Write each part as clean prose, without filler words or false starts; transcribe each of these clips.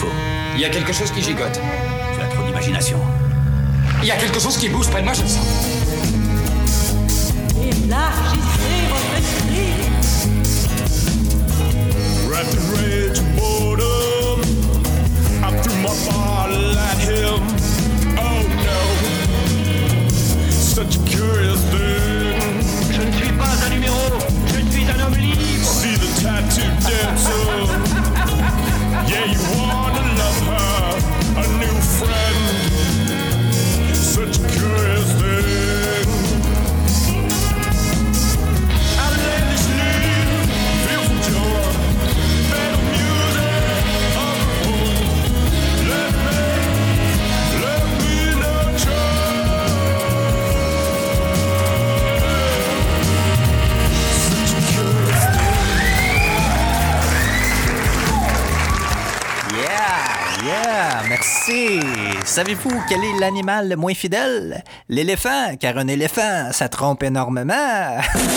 faut? Il y a quelque chose qui gigote. Tu as trop d'imagination. Il y a quelque chose qui bouge près de moi, je le sens. Élargissez votre esprit. Wrapped in rage and boredom, I threw my bottle at him. Oh no, such a curious thing. Je ne suis pas un numéro, je suis un homme libre. See the tattooed dancer. Yeah, you wanna love her, a new friend. Such a curious thing. Outlandishly, fearful joy, better music of the home. Let me nurture. Such a curious thing. Yeah, merci. Savez-vous quel est l'animal le moins fidèle? L'éléphant, car un éléphant, ça trompe énormément.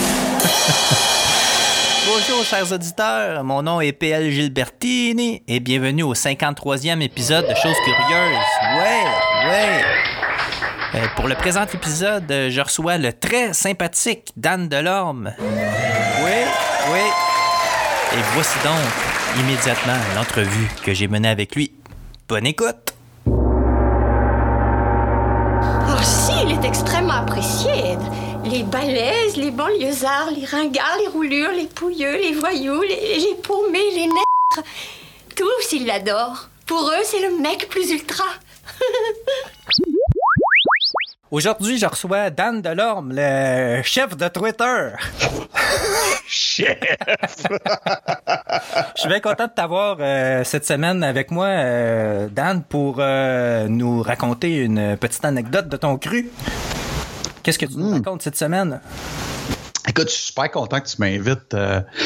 Bonjour, chers auditeurs. Mon nom est PL Gilbertini et bienvenue au 53e épisode de Choses Curieuses. Ouais. Pour le présent épisode, je reçois le très sympathique Dan Delorme. Oui. Et voici donc immédiatement l'entrevue que j'ai menée avec lui. Bonne écoute! Oh si, il est extrêmement apprécié. Les balaises, les banlieusards, les ringards, les roulures, les pouilleux, les voyous, les paumés, les nègres. Tous, ils l'adorent. Pour eux, c'est le mec plus ultra. Aujourd'hui, je reçois Dan Delorme, le chef de Twitter. Chef! Je suis bien content de t'avoir cette semaine avec moi, Dan, pour nous raconter une petite anecdote de ton cru. Qu'est-ce que tu nous racontes cette semaine? Écoute, je suis super content que tu m'invites.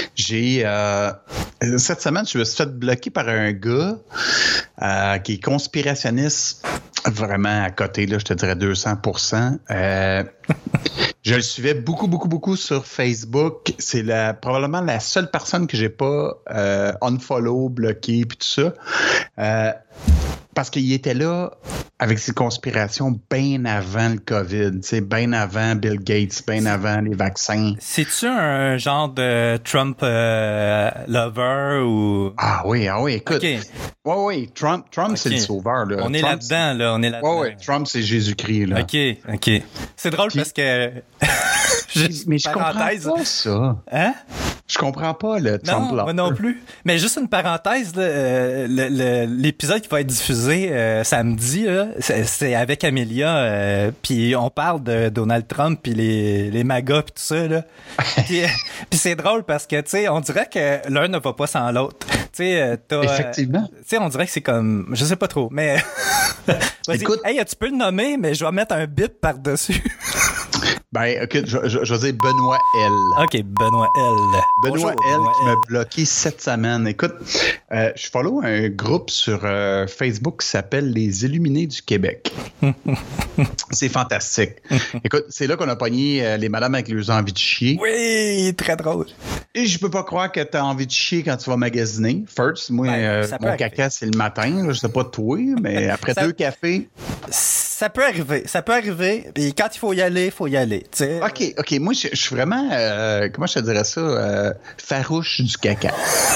Cette semaine, je me suis fait bloquer par un gars qui est conspirationniste vraiment à côté, là, je te dirais 200%. Je le suivais beaucoup sur Facebook. C'est probablement la seule personne que j'ai pas unfollow, bloqué, puis tout ça. Parce qu'il était là avec ses conspirations bien avant le COVID, bien avant Bill Gates, bien avant les vaccins. C'est-tu un genre de Trump lover ou... Ah oui, écoute. Okay. Oui, Trump okay. C'est le sauveur. Là. On est là-dedans. Oui, Trump, c'est Jésus-Christ. Là. OK. C'est drôle parce que... Mais je comprends pas ça. Hein? Je comprends pas le Trump lover. Moi non plus. Mais juste une parenthèse, là, l'épisode qui va être diffusé samedi, là, c'est avec Amélia, puis on parle de Donald Trump puis les MAGA puis tout ça, là. Puis c'est drôle parce que, tu sais, on dirait que l'un ne va pas sans l'autre. Tu sais, effectivement. Tu sais, on dirait que c'est comme, je sais pas trop, mais écoute, hey, tu peux le nommer, mais je vais mettre un bip par-dessus. Ben, écoute, je vais dire Benoît L. OK, Benoît L. Benoît L qui m'a bloqué cette semaine. Écoute, je follow un groupe sur Facebook qui s'appelle Les Illuminés du Québec. C'est fantastique. Écoute, c'est là qu'on a pogné les madames avec leurs envies de chier. Oui, très drôle. Et je peux pas croire que t'as envie de chier quand tu vas magasiner. First, moi, mon caca, c'est le matin. Je sais pas toi, mais après 2 cafés... Ça peut arriver. Puis quand il faut y aller, t'sais. OK. Moi, je suis vraiment, comment je te dirais ça, farouche du caca.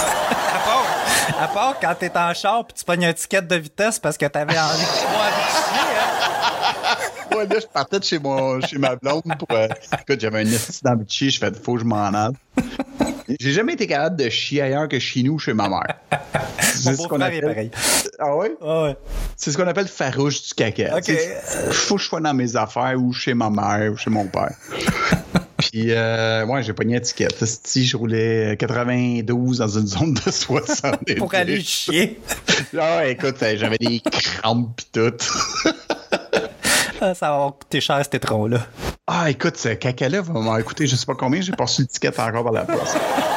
À part quand t'es en char puis tu pognes un ticket de vitesse parce que t'avais envie de chier. Ouais, là, je partais de chez ma blonde pour... écoute, j'avais un esti d'envie de chier. Je fais, faut que je m'en aille. J'ai jamais été capable de chier ailleurs que chez nous, chez ma mère. Mon beau-frère est pareil. Ah oui? Ah ouais. C'est ce qu'on appelle farouche du caca. OK. Faut que je sois dans mes affaires ou chez ma mère ou chez mon père. Puis, j'ai pogné l'étiquette. Si je roulais 92 dans une zone de 60. Pour aller chier. Ah ouais, écoute, j'avais des crampes pis tout. Ça va coûter cher, cet étron-là. Ah, écoute, ce caca-là va m'en coûter je sais pas combien. J'ai pas reçu l'étiquette encore par la poste.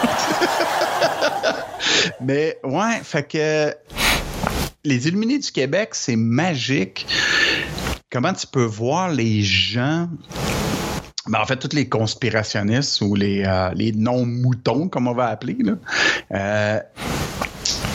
Mais, ouais, fait que... Les Illuminés du Québec, c'est magique. Comment tu peux voir les gens... Ben, en fait, tous les conspirationnistes ou les non-moutons, comme on va appeler, là,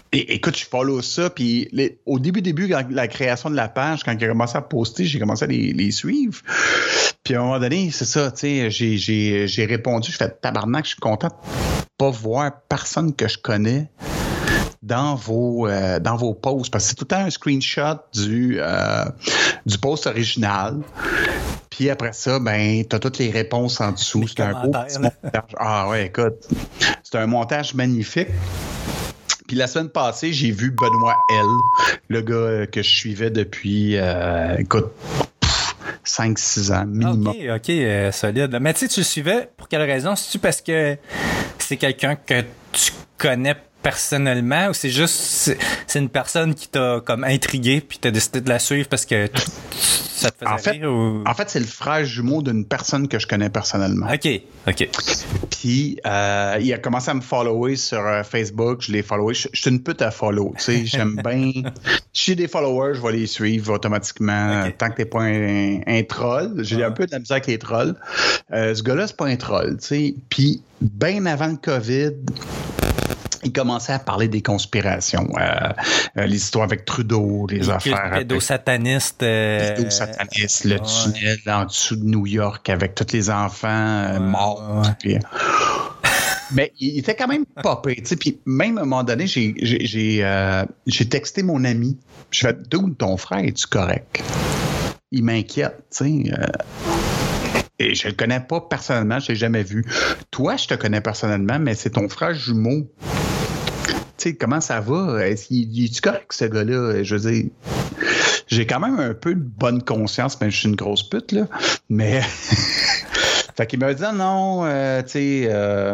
écoute, je follow ça, puis au début, quand la création de la page, quand il a commencé à poster, j'ai commencé à les suivre. Puis à un moment donné, c'est ça, tu sais, j'ai répondu, je fais tabarnak, je suis content de pas voir personne que je connais dans vos posts, parce que c'est tout le temps un screenshot du post original. Puis après ça, ben, t'as toutes les réponses en dessous. C'est un beau petit montage. Ah ouais, écoute, c'est un montage magnifique. Puis la semaine passée, j'ai vu Benoît L, le gars que je suivais depuis, écoute, 5-6 ans minimum. OK, solide. Mais tu sais, tu le suivais pour quelle raison? C'est-tu parce que c'est quelqu'un que tu connais personnellement ou c'est juste c'est une personne qui t'a comme intrigué puis t'as décidé de la suivre parce que ça te faisait rire ou... En fait, c'est le frère jumeau d'une personne que je connais personnellement. OK. Puis il a commencé à me follower sur Facebook, je l'ai followé. Je suis une pute à follow, tu sais, j'aime bien. Si j'ai des followers, je vais les suivre automatiquement tant que t'es pas un troll. J'ai un peu de la misère avec les trolls. Ce gars-là, c'est pas un troll, tu sais. Puis bien avant le COVID, il commençait à parler des conspirations, les histoires avec Trudeau, les affaires. Pédosatanistes. Pédosatanistes, le tunnel en dessous de New York avec tous les enfants morts. Puis, mais il était quand même popé, tu sais. Puis même à un moment donné, j'ai texté mon ami. Je fais, d'où ton frère, es-tu correct? Il m'inquiète, tu sais. Et je le connais pas personnellement, je l'ai jamais vu. Toi, je te connais personnellement, mais c'est ton frère jumeau. Tu sais, comment ça va? Es-tu correct, ce gars-là? Je veux dire, j'ai quand même un peu de bonne conscience, même si je suis une grosse pute, là. Mais... fait qu'il m'a dit, non, tu sais...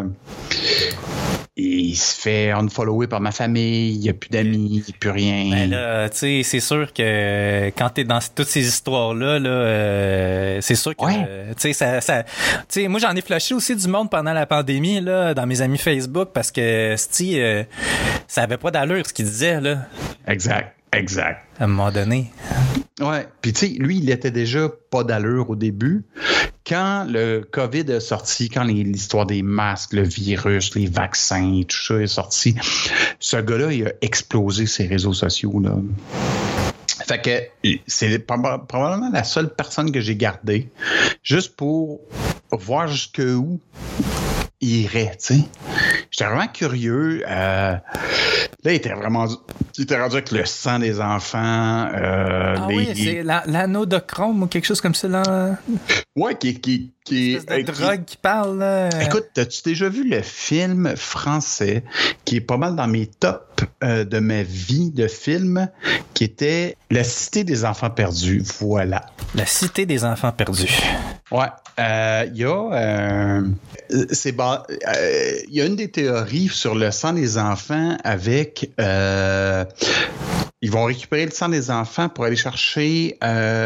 il se fait unfollower par ma famille, il n'y a plus d'amis, il n'y a plus rien. Ben là, tu sais, c'est sûr que quand t'es dans toutes ces histoires-là, là, c'est sûr que, tu sais, tu sais, moi j'en ai flashé aussi du monde pendant la pandémie, là, dans mes amis Facebook, parce que, ça avait pas d'allure ce qu'il disait, là. Exact. À un moment donné. Ouais. Puis tu sais, lui, il était déjà pas d'allure au début. Quand le COVID est sorti, quand l'histoire des masques, le virus, les vaccins, tout ça est sorti, ce gars-là, il a explosé ses réseaux sociaux, là. Fait que c'est probablement la seule personne que j'ai gardée, juste pour voir jusqu'où il irait, tu sais. J'étais vraiment curieux. Là, il était rendu avec le sang des enfants. Oui, c'est l'anodochrome ou quelque chose comme ça, là. Ouais, qui de drogue qui parle, là. Écoute, as-tu déjà vu le film français qui est pas mal dans mes tops de ma vie de film, qui était La Cité des enfants perdus? Voilà. La Cité des enfants perdus. Ouais. Il y a il y a une des théories sur le sang des enfants avec ils vont récupérer le sang des enfants pour aller chercher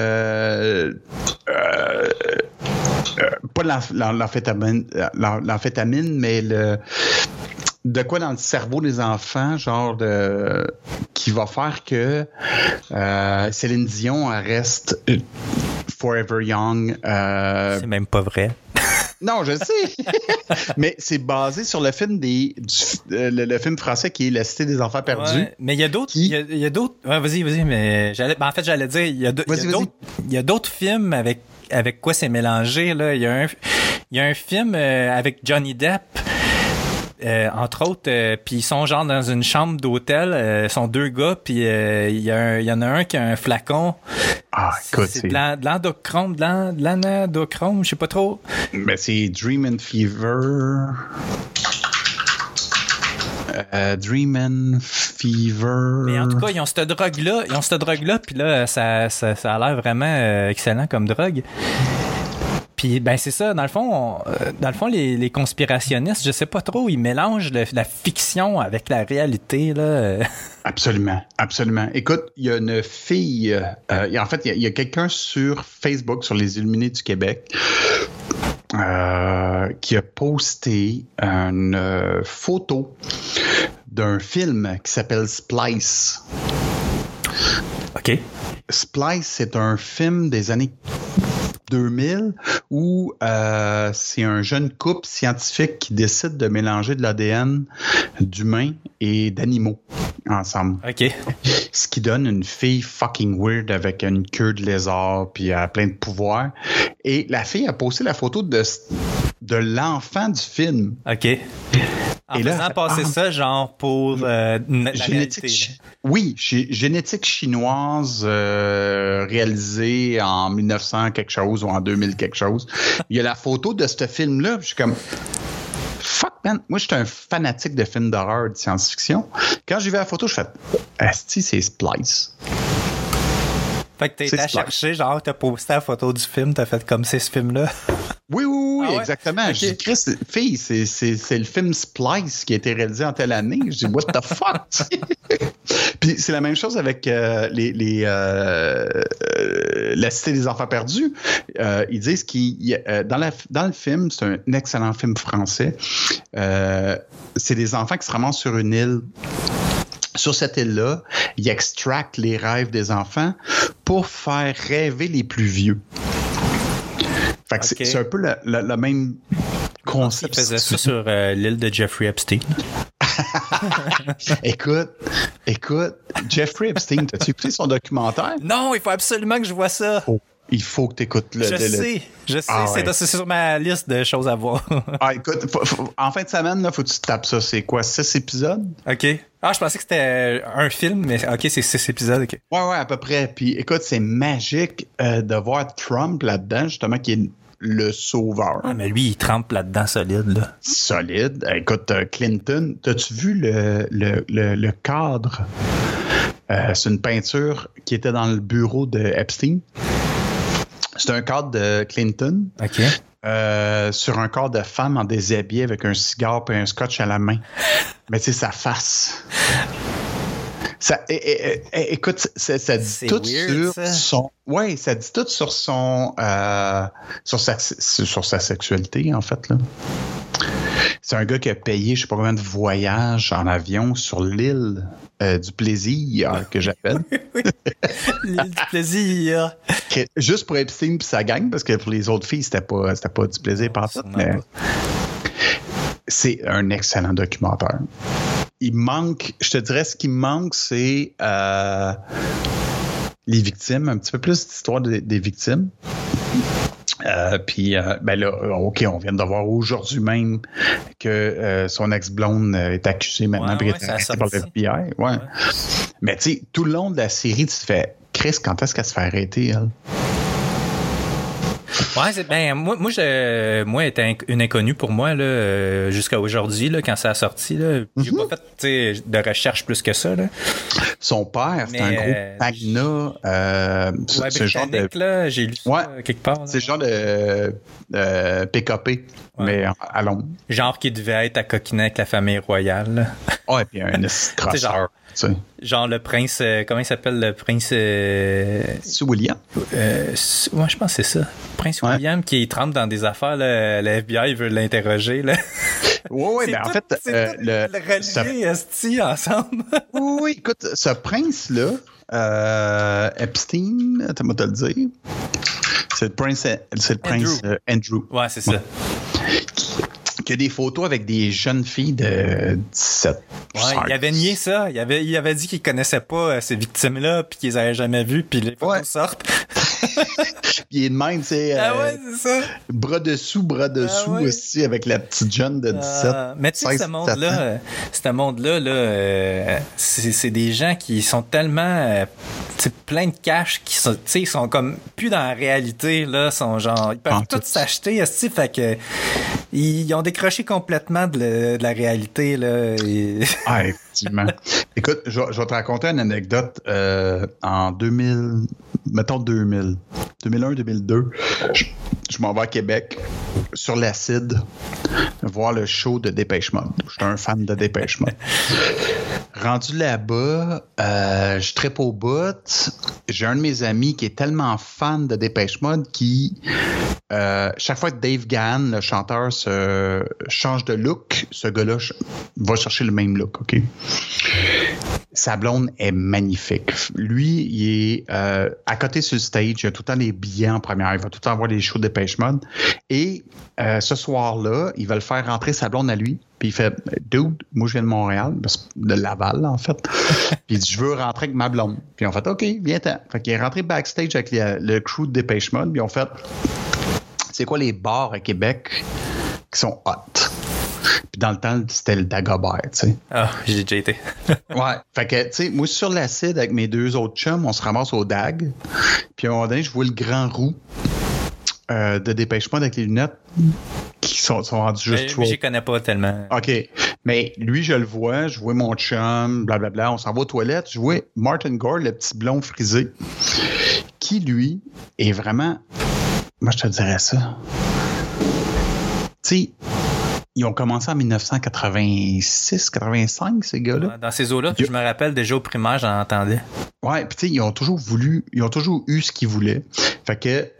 pas l'amphétamine, mais de quoi dans le cerveau des enfants, genre qui va faire que Céline Dion reste forever young. C'est même pas vrai. Non, je sais. Mais c'est basé sur le film le film français qui est La Cité des enfants perdus. Ouais, mais il y a d'autres. Il y a d'autres. Ouais, vas-y. Mais en fait, j'allais dire, il y a d'autres films avec quoi c'est mélangé, là. Il y a un film avec Johnny Depp. Entre autres, puis ils sont genre dans une chambre d'hôtel, ils sont deux gars, puis il y en a un qui a un flacon. Ah, écoute, c'est de l'endochrome, de l'anadochrome, je sais pas trop. Mais c'est Dream and Fever. Dream and Fever. Mais en tout cas, ils ont cette drogue-là, puis là, ça a l'air vraiment excellent comme drogue. Puis ben c'est ça, dans le fond, les conspirationnistes, je sais pas trop, ils mélangent la fiction avec la réalité, là. Absolument. Écoute, il y a une fille, en fait, il y a quelqu'un sur Facebook, sur les Illuminés du Québec, qui a posté une photo d'un film qui s'appelle Splice. OK. Splice, c'est un film des années 2000 où c'est un jeune couple scientifique qui décide de mélanger de l'ADN d'humains et d'animaux ensemble. OK. Ce qui donne une fille fucking weird avec une queue de lézard puis plein de pouvoirs. Et la fille a posté la photo de l'enfant du film. OK. En faisant passer ça, genre, pour la réalité. Oui, génétique chinoise réalisée en 1900 quelque chose ou en 2000 quelque chose. Il y a la photo de ce film-là, puis je suis comme... Fuck, man. Moi, je suis un fanatique de films d'horreur, de science-fiction. Quand j'ai vu la photo, je fais « Asti, c'est Splice ». Fait que t'as été à chercher, genre, t'as posté la photo du film, t'as fait comme c'est ce film-là. Oui, ah ouais? Exactement. Okay. J'ai dit, Chris, fille, c'est le film Splice qui a été réalisé en telle année. Je dis, what the fuck? Puis c'est la même chose avec la Cité des enfants perdus. Ils disent dans le film, c'est un excellent film français. C'est des enfants qui se ramassent sur une île. Sur cette île-là, ils extractent les rêves des enfants pour faire rêver les plus vieux. Fait que c'est un peu le même concept. Il faisait ça sur l'île de Jeffrey Epstein. Écoute, Jeffrey Epstein, t'as-tu écouté son documentaire? Non, il faut absolument que je vois ça. Oh, il faut que tu écoutes Je sais. C'est sur ma liste de choses à voir. Écoute, en fin de semaine, il faut que tu tapes ça. C'est quoi, 6 épisodes? OK. Ah, je pensais que c'était un film, mais OK, c'est 6 épisodes. OK. Ouais, à peu près. Puis écoute, c'est magique de voir Trump là-dedans, justement, qui est le sauveur. Ah, mais lui, il trempe là-dedans solide, là. Solide. Écoute, Clinton, t'as-tu vu le cadre? C'est une peinture qui était dans le bureau de Epstein. C'est un cadre de Clinton. OK. Sur un corps de femme en déshabillé avec un cigare et un scotch à la main. Mais c'est sa face. Écoute, ça dit tout weird, sur son... Oui, ça dit tout sur son... sur sa sexualité, en fait, là. C'est un gars qui a payé, je sais pas combien de voyages en avion sur l'île du plaisir, que j'appelle. L'île du plaisir. Juste pour Epstein et sa gang, parce que pour les autres filles, c'était pas du plaisir par tout, mais c'est un excellent documentaire. Il manque, je te dirais, ce qui me manque, c'est les victimes, un petit peu plus d'histoire des victimes. Puis, ben là, OK, on vient de voir aujourd'hui même que son ex-blonde est accusée maintenant et est arrêtée par le FBI. Ouais. Mais tu sais, tout le long de la série, tu te fais, Chris, quand est-ce qu'elle se fait arrêter, elle? Ouais, moi, était une inconnue pour moi là, jusqu'à aujourd'hui, là, quand ça a sorti. Là. J'ai pas fait de recherche plus que ça. Là. Son père, c'est un gros magna. Ce genre de... là, j'ai lu ça quelque part. Là. C'est le genre de PKP, mais à Londres. Genre qui devait être à coquiner avec la famille royale. Ouais, puis un crosseur. Genre le prince, comment il s'appelle le prince? William. Ouais, je pense que c'est ça. Prince William qui trempe dans des affaires, le FBI veut l'interroger. Oui, mais en fait, le relié esti ensemble. Oui, écoute, ce prince-là, Epstein, attends-moi de te le dire, c'est le prince Andrew. Ouais, c'est ça. Il y a des photos avec des jeunes filles de 17. Ouais, il avait nié ça. Il avait dit qu'il connaissait pas ces victimes-là, puis qu'ils les avaient jamais vues, puis les photos sortent. Il est de même, tu sais. C'est ça. Bras dessous aussi, avec la petite jeune de 17. Mais tu sais, ce monde-là, c'est des gens qui sont tellement plein de cash, qui sont, ils sont comme plus dans la réalité, là, sont genre, ils peuvent tout s'acheter, fait que ils ont décroché complètement de la réalité, là. Ah, effectivement. Écoute, je vais te raconter une anecdote. En 2001-2002, je m'en vais à Québec sur l'acide voir le show de Dépêche Mode. Je suis un fan de Dépêche Mode. Rendu là-bas, je trippe au bout. J'ai un de mes amis qui est tellement fan de Dépêche Mode qui, chaque fois que Dave Gahan, le chanteur, se change de look, ce gars-là va chercher le même look, OK? Sa blonde est magnifique. Lui, il est à côté sur le stage. Il a tout le temps les billets en première. Il va tout le temps voir les shows de Depeche Mode. Et ce soir-là, il va le faire rentrer sa blonde à lui. Puis il fait « Dude, moi je viens de Montréal, de Laval en fait. » Puis il dit « Je veux rentrer avec ma blonde. » Puis on fait « OK, viens-t'en. » Fait qu'il est rentré backstage avec le crew de Depeche Mode. Puis on fait « C'est quoi les bars à Québec qui sont hot? » Puis dans le temps, c'était le Dagobert, tu sais. Ah, j'ai déjà été. Ouais. Fait que, tu sais, moi, sur l'acide, avec mes 2 autres chums, on se ramasse au DAG. Puis à un moment donné, je vois le grand roux de Dépêche Mode avec les lunettes qui sont rendus juste trop. Mais j'y connais pas tellement. OK. Mais lui, je vois mon chum, blablabla. On s'en va aux toilettes. Je vois Martin Gore, le petit blond frisé, qui, lui, est vraiment... Moi, je te dirais ça. Tu sais... Ils ont commencé en 1986, 85, ces gars-là. Dans ces eaux-là, je me rappelle déjà au primaire, j'en entendais. Ouais, puis tu sais, ils ont toujours eu ce qu'ils voulaient. Fait que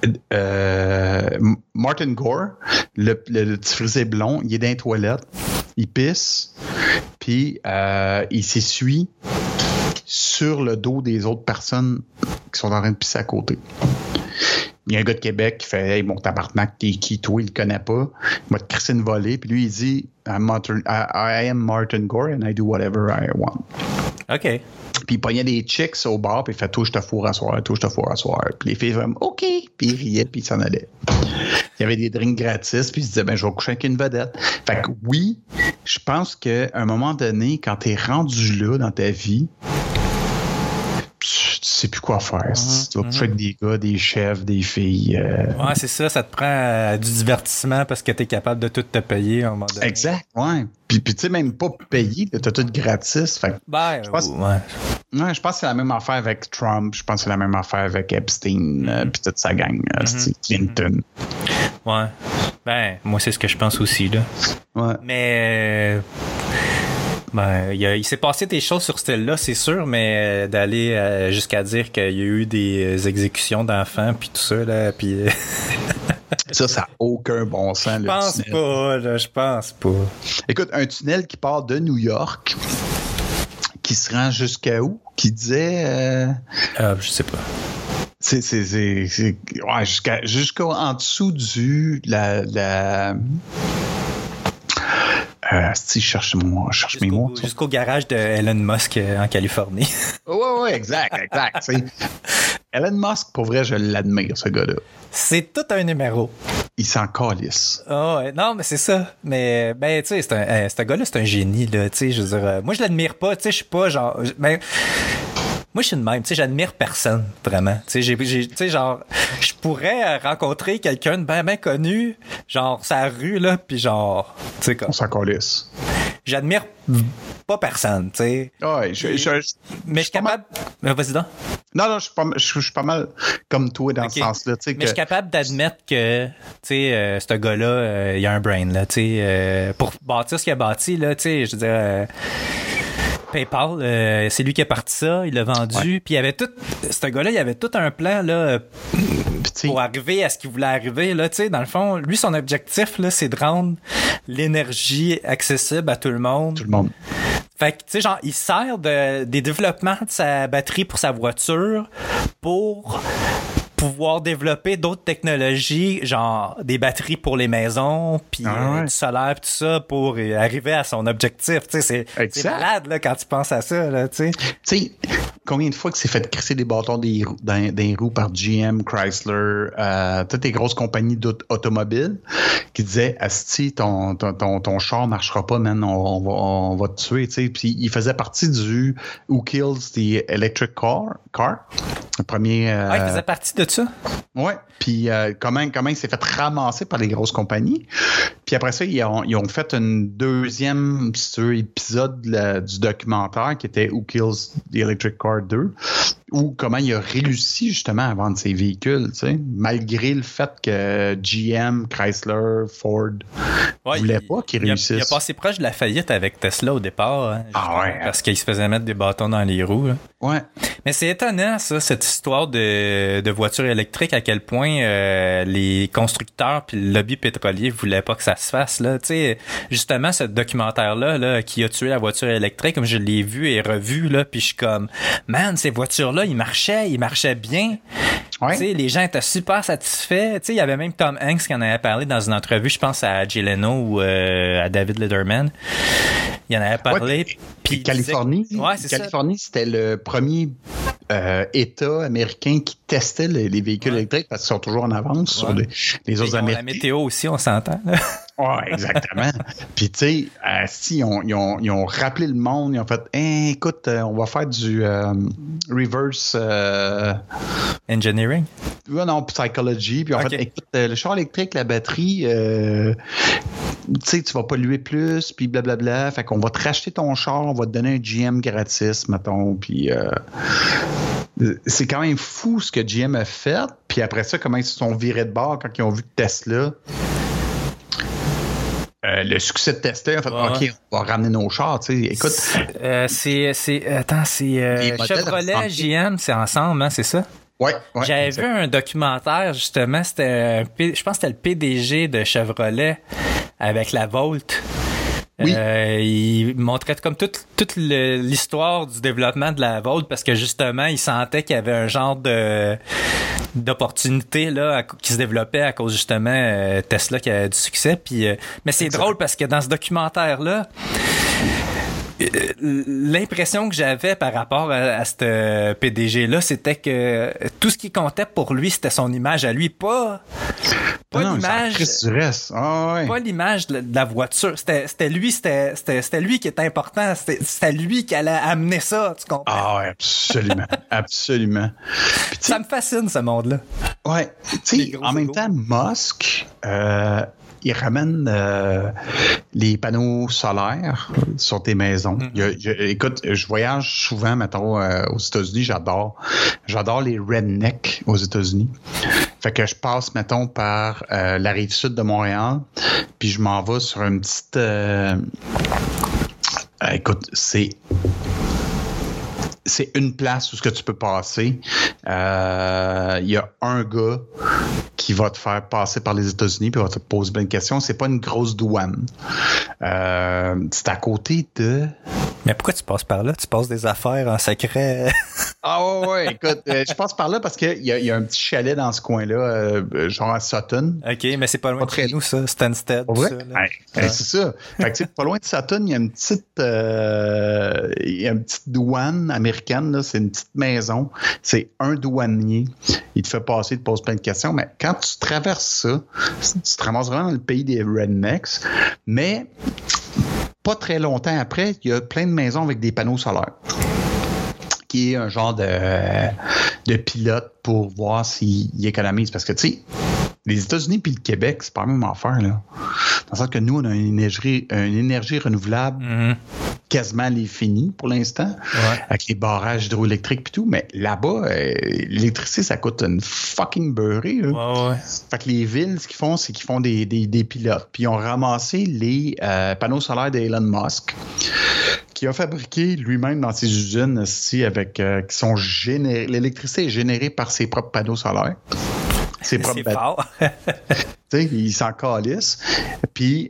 Martin Gore, le petit frisé blond, il est dans les toilettes, il pisse, puis il s'essuie sur le dos des autres personnes qui sont en train de pisser à côté. Il y a un gars de Québec qui fait « Hey, mon tabarnak, t'es qui, toi? Il le connaît pas. Il va te crisser une volée. » Puis lui, il dit « I am Martin Gore and I do whatever I want. » OK. Puis il pognait des chicks au bar, puis il fait « Toi, je te fourre à soir, toi, je te fourre à soir. » Puis les filles faisaient « OK. » Puis ils riaient, puis ils s'en allaient. Il y avait des drinks gratis, puis ils se disaient « Ben, je vais coucher avec une vedette. » Fait que oui, je pense qu'à un moment donné, quand t'es rendu là dans ta vie, tu sais plus quoi faire. Tu vas coucher avec des gars, des chefs, des filles. Ouais, c'est ça. Ça te prend du divertissement parce que tu es capable de tout te payer à un moment donné. Exact, ouais. Puis tu sais, même pas payé, tu as tout gratis. Fait, ben, je pense, ouais. Ouais, je pense que c'est la même affaire avec Trump. Je pense que c'est la même affaire avec Epstein, puis toute sa gang, Clinton. Ouais. Ben, moi, c'est ce que je pense aussi, là. Ouais. Mais... Ben, il s'est passé des choses sur ce style-là, c'est sûr, mais d'aller jusqu'à dire qu'il y a eu des exécutions d'enfants, puis tout ça, là, puis... Ça n'a aucun bon sens, je pense pas. Écoute, un tunnel qui part de New York, qui se rend jusqu'à où? Qui disait... je sais pas. Ouais, jusqu'en dessous du... si je cherche mes mots. Jusqu'au garage de Elon Musk en Californie. Oui, exact. Elon Musk, pour vrai, je l'admire, ce gars-là. C'est tout un numéro. Il s'en calisse. Oh, ouais. Non, mais c'est ça. Mais, ben, tu sais, ce gars-là, c'est un génie, là. Tu sais, je veux dire, moi, je l'admire pas. Tu sais, je suis pas genre. Ben, moi, je suis de même, tu sais, j'admire personne, vraiment. Tu sais, genre, je pourrais rencontrer quelqu'un de bien connu, genre, sa rue, là, puis genre, tu sais, comme... On s'en calisse. J'admire pas personne, tu sais. Ouais, mais je suis capable... Vas-y donc. Non, je suis pas mal comme toi dans ce sens-là, tu sais. Mais je suis capable d'admettre que, tu sais, ce gars-là, il a un brain, là, tu sais, pour bâtir ce qu'il a bâti, là, tu sais, je veux dire... PayPal, c'est lui qui a parti ça, il l'a vendu, puis il y avait tout, ce gars-là, il avait tout un plan là pour arriver à ce qu'il voulait arriver là, tu sais, dans le fond, lui son objectif là, c'est de rendre l'énergie accessible à tout le monde. Tout le monde. Fait que tu sais genre il sert des développements de sa batterie pour sa voiture pour pouvoir développer d'autres technologies, genre des batteries pour les maisons, puis du solaire, tout ça, pour arriver à son objectif. Tu sais, c'est malade là, quand tu penses à ça. Là, tu sais, combien de fois que c'est fait crisser des bâtons dans les roues par GM, Chrysler, toutes les grosses compagnies automobiles qui disaient « Asti, ton char marchera pas, man, on va te tuer. » Puis il faisait partie du « Who Kills the Electric Car », le premier... il faisait partie de ça. Oui, puis comment il s'est fait ramasser par les grosses compagnies. Puis après ça, ils ont fait un deuxième épisode du documentaire qui était Who Kills the Electric Car 2, où comment il a réussi justement à vendre ses véhicules, tu sais, malgré le fait que GM, Chrysler, Ford ne voulaient pas qu'il réussisse. Il a passé proche de la faillite avec Tesla au départ. Hein, parce qu'il se faisait mettre des bâtons dans les roues. Là. Ouais. Mais c'est étonnant, ça, cette histoire de voitures électriques, à quel point les constructeurs puis le lobby pétrolier voulaient pas que ça se fasse, là. Tu sais, justement, ce documentaire-là, là, qui a tué la voiture électrique, comme je l'ai vu et revu, là, puis je suis comme, man, ces voitures-là, ils marchaient bien. Ouais. Tu sais, les gens étaient super satisfaits. Tu sais, il y avait même Tom Hanks qui en avait parlé dans une entrevue, je pense à Jay Leno ou à David Letterman. Il en avait parlé. Ouais, puis Californie, c'était le premier État américain qui testait les véhicules électriques parce qu'ils sont toujours en avance sur les autres Américains. La météo aussi, on s'entend. Oui, exactement. Puis, tu sais, ils ont rappelé le monde, ils ont fait écoute, on va faire du reverse engineering. Non, psychology. Puis, en fait, écoute, le char électrique, la batterie, tu sais, tu vas polluer plus, puis blablabla. Fait qu'on va te racheter ton char, on va te donner un GM gratis, mettons. Puis, c'est quand même fou ce que GM a fait. Puis après ça, comment ils se sont virés de bord quand ils ont vu que Tesla. Le succès de Tesla a fait OK, on va ramener nos chars, tu sais. Écoute. C'est Chevrolet, GM, c'est ensemble, hein, c'est ça? Ouais, J'avais vu un documentaire, justement, je pense que c'était le PDG de Chevrolet avec la Volt. Oui. Il montrait comme toute l'histoire du développement de la Volt parce que justement, il sentait qu'il y avait un genre d'opportunité là qui se développait à cause justement Tesla qui a du succès. Puis, mais c'est drôle parce que dans ce documentaire-là, l'impression que j'avais par rapport à ce PDG-là, c'était que tout ce qui comptait pour lui, c'était son image à lui, pas l'image. Pas l'image de la voiture. C'était lui qui était important. C'était lui qui allait amener ça, tu comprends? Ah ouais, absolument. Absolument. Puis, ça me fascine, ce monde-là. Ouais. Tu sais, en même temps, Musk, il ramène les panneaux solaires sur tes maisons. Écoute, je voyage souvent, mettons, aux États-Unis. J'adore les rednecks aux États-Unis. Fait que je passe, mettons, par la rive sud de Montréal, puis je m'en vais sur une petite... écoute, c'est une place où ce que tu peux passer. Il y a un gars qui va te faire passer par les États-Unis puis va te poser plein de questions. C'est pas une grosse douane. C'est à côté de... Mais pourquoi tu passes par là? Tu passes des affaires en secret? Ah ouais, écoute, je passe par là parce qu'il y a un petit chalet dans ce coin-là, genre à Sutton. OK, mais c'est pas loin de chez nous, ça, Stansted. Ouais, ça, c'est ça. Fait que, tu sais, pas loin de Sutton, il y a une petite douane américaine, là, c'est une petite maison. C'est un douanier. Il te fait passer, il te pose plein de questions, mais quand tu traverses ça, tu te ramasses vraiment dans le pays des rednecks, mais pas très longtemps après, il y a plein de maisons avec des panneaux solaires, qui est un genre de pilote pour voir s'il économise. Parce que, tu sais, les États-Unis puis le Québec, c'est pas la même affaire, là. Dans le sens que nous, on a une énergie renouvelable quasiment l'infini pour l'instant, avec les barrages hydroélectriques et tout. Mais là-bas, l'électricité, ça coûte une fucking beurrée. Fait que les villes, ce qu'ils font, c'est qu'ils font des pilotes. Puis ils ont ramassé les panneaux solaires d'Elon Musk, qui a fabriqué lui-même dans ses usines ici avec qui sont générés. L'électricité est générée par ses propres panneaux solaires. C'est fort. Tu sais, il s'en calisse. Puis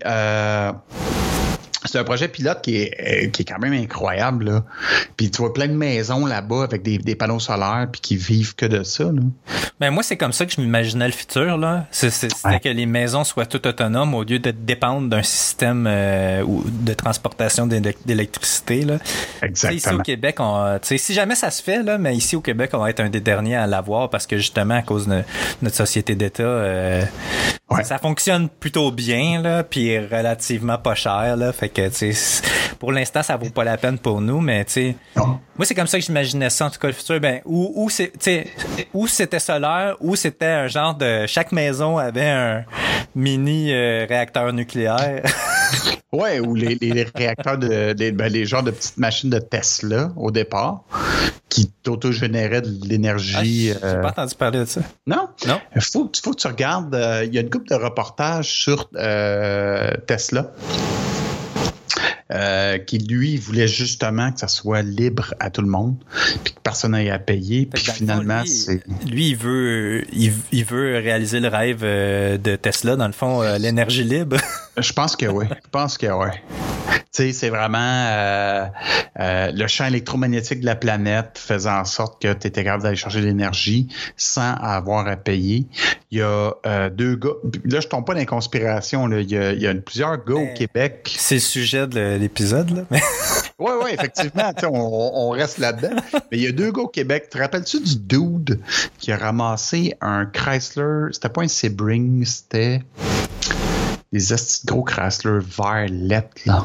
c'est un projet pilote qui est quand même incroyable, là. Puis tu vois plein de maisons là-bas avec des panneaux solaires puis qui vivent que de ça, là. Ben moi, c'est comme ça que je m'imaginais le futur, là. C'était que les maisons soient toutes autonomes au lieu de dépendre d'un système de transportation d'électricité, là. Exactement. Ici au Québec, si jamais ça se fait, là, mais ici au Québec, on va être un des derniers à l'avoir parce que justement, à cause de notre société d'État, ça fonctionne plutôt bien, là, puis relativement pas cher, là. Fait que, tu sais, pour l'instant, ça vaut pas la peine pour nous, mais, tu sais, moi, c'est comme ça que j'imaginais ça, en tout cas, le futur. Ben, où c'était solaire, où c'était un genre de... Chaque maison avait un mini réacteur nucléaire. Ouais, ou les réacteurs les genres de petites machines de Tesla, au départ, qui t'auto-généraient de l'énergie. J'ai pas entendu parler de ça. Non? Faut que tu regardes. Il y a une couple de reportages sur Tesla. Qui, lui, voulait justement que ça soit libre à tout le monde, puis que personne n'ait à payer. Puis finalement, lui, il veut réaliser le rêve de Tesla, dans le fond, l'énergie libre. Je pense que oui. Tu sais, c'est vraiment le champ électromagnétique de la planète faisant en sorte que tu étais capable d'aller chercher de l'énergie sans avoir à payer. Il y a 2 gars. Là, je tombe pas dans les conspirations. Là. Il y a plusieurs gars au Québec. C'est le sujet de l'épisode, là. Oui, effectivement. On reste là-dedans. Mais il y a 2 gars au Québec. Te rappelles-tu du dude qui a ramassé un Chrysler? C'était pas un Sebring, c'était des astis de gros Chrysler verts lettres, là.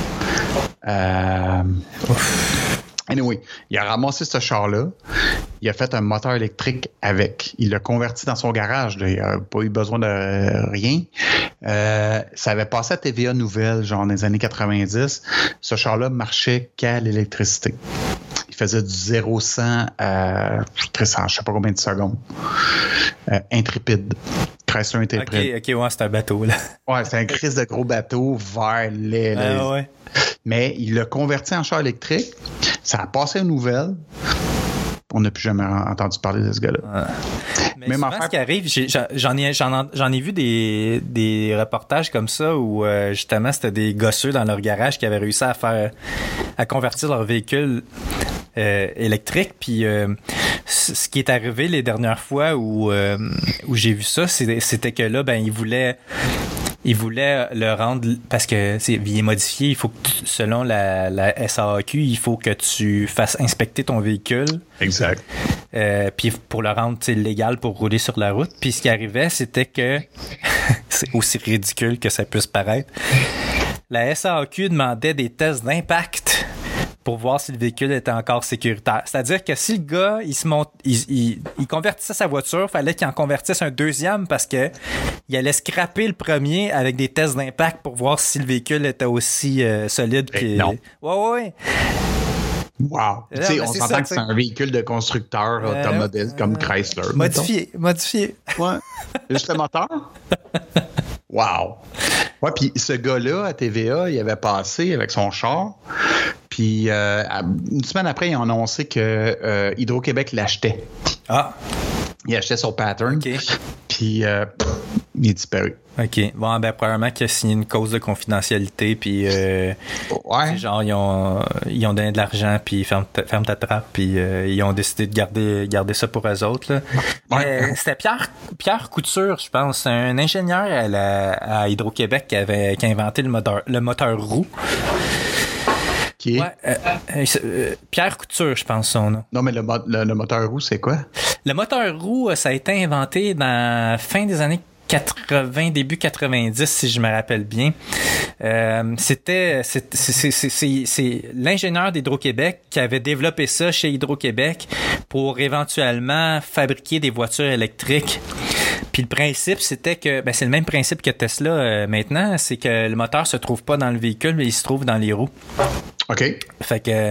Anyway, il a ramassé ce char-là. Il a fait un moteur électrique avec. Il l'a converti dans son garage. Là. Il n'a pas eu besoin de rien. Ça avait passé à TVA Nouvelle, genre dans les années 90. Ce char-là marchait qu'à l'électricité. Il faisait du 0-100 à je sais pas combien de secondes. Intrépide. Chrysler Intrépide. OK, ouais, c'est un bateau, là. Ouais, c'est un crise de gros bateau vert laid. Ouais. Mais il l'a converti en char électrique. Ça a passé aux nouvelles. On n'a plus jamais entendu parler de ce gars-là. Mais souvent, ce qui arrive, j'en ai vu des reportages comme ça où justement c'était des gosseux dans leur garage qui avaient réussi à convertir leur véhicule électrique. Puis ce qui est arrivé les dernières fois où j'ai vu ça, c'était que là, ben il voulait le rendre, parce que il est modifié, il faut que selon la SAAQ, il faut que tu fasses inspecter ton véhicule. Exact. Puis pour le rendre légal pour rouler sur la route. Puis ce qui arrivait, c'était que, c'est aussi ridicule que ça puisse paraître, la SAAQ demandait des tests d'impact pour voir si le véhicule était encore sécuritaire. C'est-à-dire que si le gars, il convertissait sa voiture, il fallait qu'il en convertisse un deuxième parce que il allait scraper le premier avec des tests d'impact pour voir si le véhicule était aussi solide. Non. Ouais. Wow. Tu sais, on s'entend que c'est un véhicule de constructeur automobile comme Chrysler. Modifié. Ouais. Juste le moteur? Wow. Ouais, puis ce gars-là, à TVA, il avait passé avec son char. Puis une semaine après, il a annoncé que Hydro-Québec l'achetait. Ah. Il achetait son pattern. OK. Puis il est disparu. OK. Bon, ben probablement qu'il a signé une clause de confidentialité, puis genre, ils ont donné de l'argent, puis ferme ta trappe, puis ils ont décidé de garder ça pour eux autres, là. Ouais. C'était Pierre Couture, je pense, un ingénieur à Hydro-Québec qui a inventé le moteur roue. Qui est? Ouais, Pierre Couture, je pense son nom. Non, mais le moteur roue, c'est quoi? Le moteur roue, ça a été inventé dans la fin des années 80, début 90, si je me rappelle bien. C'est l'ingénieur d'Hydro-Québec qui avait développé ça chez Hydro-Québec pour éventuellement fabriquer des voitures électriques. Puis le principe, c'était que, c'est le même principe que Tesla maintenant, c'est que le moteur se trouve pas dans le véhicule, mais il se trouve dans les roues. OK. Fait que,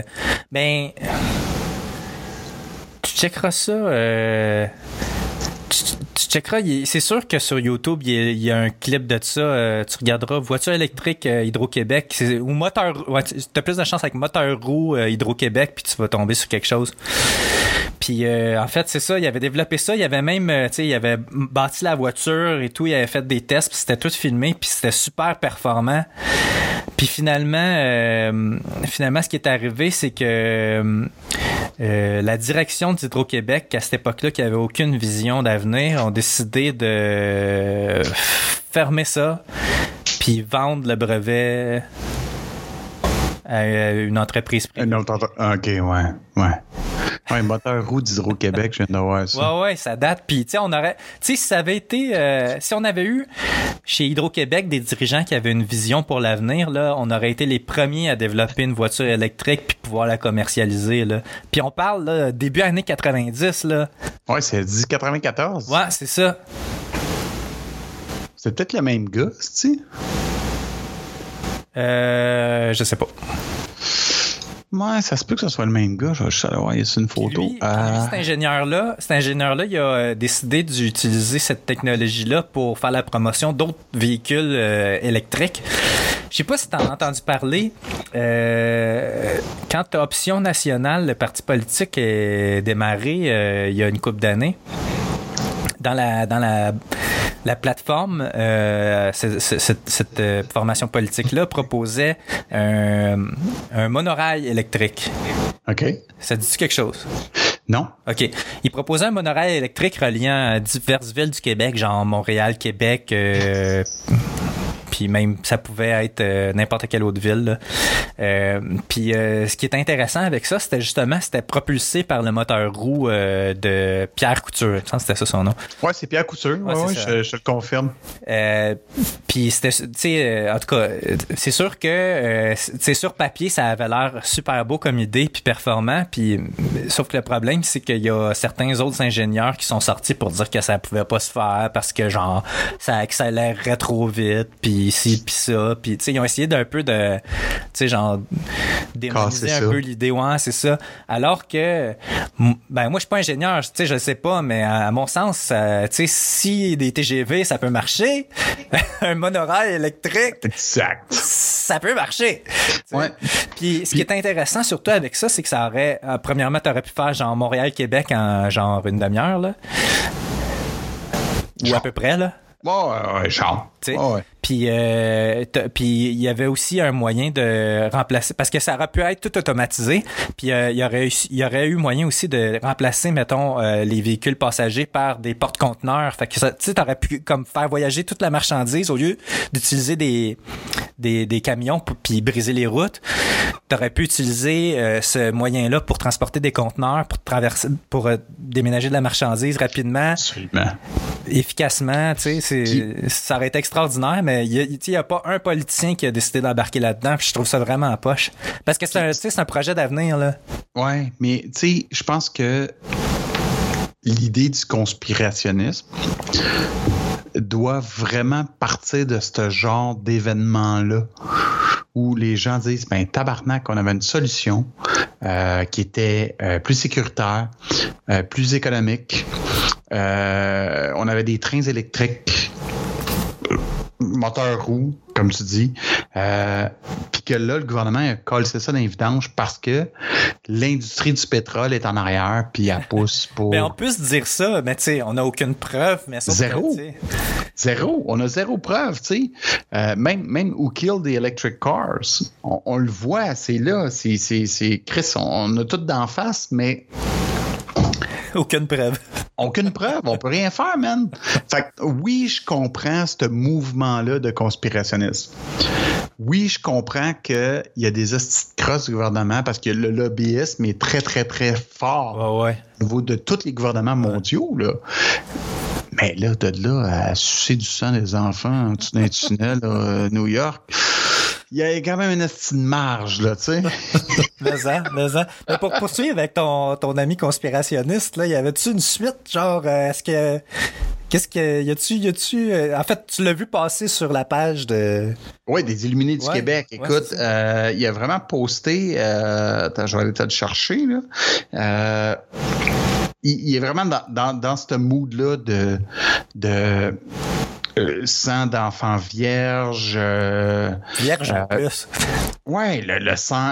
tu checkeras ça. Tu checkeras, c'est sûr que sur YouTube, il y a un clip de ça. Tu regarderas voiture électrique Hydro-Québec ou moteur. Ouais, tu as plus de chance avec moteur roue Hydro-Québec, puis tu vas tomber sur quelque chose. Puis en fait, c'est ça, il avait développé ça. Il avait même, il avait bâti la voiture et tout. Il avait fait des tests, puis c'était tout filmé, puis c'était super performant. Puis finalement, ce qui est arrivé, c'est que la direction d'Hydro-Québec, à cette époque-là, qui avait aucune vision d'avenir, ont décidé de fermer ça, puis vendre le brevet à une entreprise privée. OK, ouais. Un moteur roue d'Hydro-Québec, je viens de voir ça. Ouais, ça date. Puis, tu sais, si ça avait été, si on avait eu chez Hydro-Québec des dirigeants qui avaient une vision pour l'avenir, là, on aurait été les premiers à développer une voiture électrique puis pouvoir la commercialiser, là. Puis on parle, là, début années 90, là. Ouais, c'est 94. Ouais, c'est ça. C'est peut-être le même gars, c'est-tu? Je sais pas. Ouais, ça se peut que ce soit le même gars. Je vais juste aller voir, il y a une photo. Lui, cet ingénieur-là, il a décidé d'utiliser cette technologie-là pour faire la promotion d'autres véhicules électriques. Je sais pas si tu as entendu parler. Quand Option Nationale, le parti politique, est démarré il y a une couple d'années, dans la plateforme, cette formation politique-là proposait un monorail électrique. OK. Ça dit-tu quelque chose? Non. OK. Il proposait un monorail électrique reliant diverses villes du Québec, genre Montréal, Québec, puis même ça pouvait être n'importe quelle autre ville. Puis ce qui est intéressant avec ça, c'était propulsé par le moteur roue de Pierre Couture. Je pense que c'était ça son nom. Ouais, c'est Pierre Couture. Ouais, je te le confirme. Puis c'était, tu sais, en tout cas, c'est sûr que sur papier, ça avait l'air super beau comme idée puis performant. Puis sauf que le problème, c'est qu'il y a certains autres ingénieurs qui sont sortis pour dire que ça pouvait pas se faire parce que genre ça accélérerait trop vite. Puis ci, puis ça. Puis, tu sais, ils ont essayé d'un peu de, tu sais, genre, démoniser un peu l'idée. Ouais, c'est ça. Alors que, ben, moi, je suis pas ingénieur, tu sais, je sais pas, mais à mon sens, tu sais, si des TGV, ça peut marcher, un monorail électrique, exact, ça peut marcher. Ouais. Puis, ce qui est intéressant, surtout avec ça, c'est que ça aurait, premièrement, t'aurais pu faire, genre, Montréal-Québec en, genre, une demi-heure, là. Ou à peu près, là. Ouais, genre. Ouais. Puis il y avait aussi un moyen de remplacer, parce que ça aurait pu être tout automatisé, puis il y aurait eu moyen aussi de remplacer, mettons, les véhicules passagers par des porte-conteneurs. Fait que tu sais, t'aurais pu comme faire voyager toute la marchandise au lieu d'utiliser des camions puis briser les routes. T'aurais pu utiliser ce moyen-là pour transporter des conteneurs, pour déménager de la marchandise rapidement. Absolument. Efficacement, tu sais, ça aurait été extraordinaire, mais il n'y a pas un politicien qui a décidé d'embarquer là-dedans, puis je trouve ça vraiment en poche. Parce que c'est un projet d'avenir, là. Ouais, mais tu sais, je pense que l'idée du conspirationnisme doit vraiment partir de ce genre d'événement-là, où les gens disent, ben tabarnak, on avait une solution qui était plus sécuritaire, plus économique. On avait des trains électriques, moteur roue, comme tu dis, puis que là, le gouvernement a collé ça dans les vidanges parce que l'industrie du pétrole est en arrière, puis elle pousse pour... Mais on peut se dire ça, mais tu sais, on n'a aucune preuve. Mais ça, Zéro. On a zéro preuve, tu sais. Même Who Killed the Electric Cars, on le voit, c'est là, c'est Chris, on a tout d'en face, mais... Aucune preuve. Aucune preuve, on peut rien faire, man. Fait que oui, je comprends ce mouvement-là de conspirationnisme. Oui, je comprends qu'il y a des hosties de crosse du gouvernement parce que le lobbyisme est très, très, très fort au niveau de tous les gouvernements mondiaux, là. Mais là, de là à sucer du sang des enfants en dessous d'un tunnel à New York... Il y a quand même une estime de marge, là, tu sais. Mais pour poursuivre avec ton ami conspirationniste, là, y avait-tu une suite, genre, y a-tu, en fait, tu l'as vu passer sur la page de... Oui, des Illuminés du Québec. Écoute, il a vraiment posté, attends, je vais aller te le chercher, là. Il est vraiment dans ce mood-là de sang d'enfants vierges. Vierges en plus. Ouais, le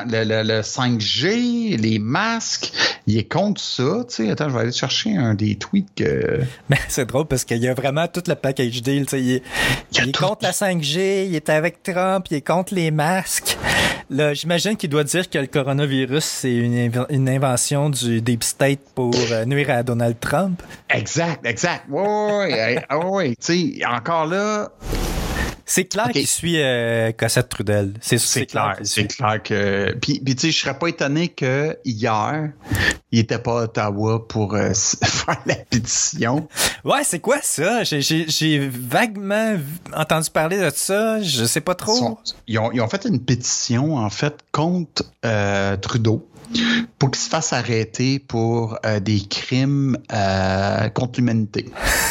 5G, les masques, il est contre ça. Tu sais, attends, je vais aller chercher un des tweets que... Mais c'est drôle parce qu'il y a vraiment tout le package deal. Tu sais, il est contre la 5G, il est avec Trump, il est contre les masques. Là, j'imagine qu'il doit dire que le coronavirus, c'est une invention du Deep State pour nuire à Donald Trump. Exact. Ouais. Tu sais, encore là... C'est clair qu'il suit Cossette Trudel. C'est clair. C'est clair que... Puis tu sais, je serais pas étonné que hier, il était pas à Ottawa pour faire la pétition. Ouais, c'est quoi ça? J'ai vaguement entendu parler de ça. Je sais pas trop. Ils ont fait une pétition, en fait, contre Trudeau pour qu'il se fasse arrêter pour des crimes contre l'humanité.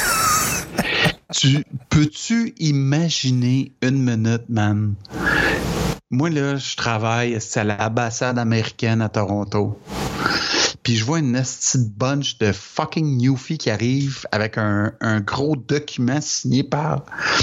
Peux-tu imaginer une minute, man? Moi, là, je travaille à l'ambassade américaine à Toronto. Puis je vois une petite bunch de fucking newfies qui arrive avec un gros document signé par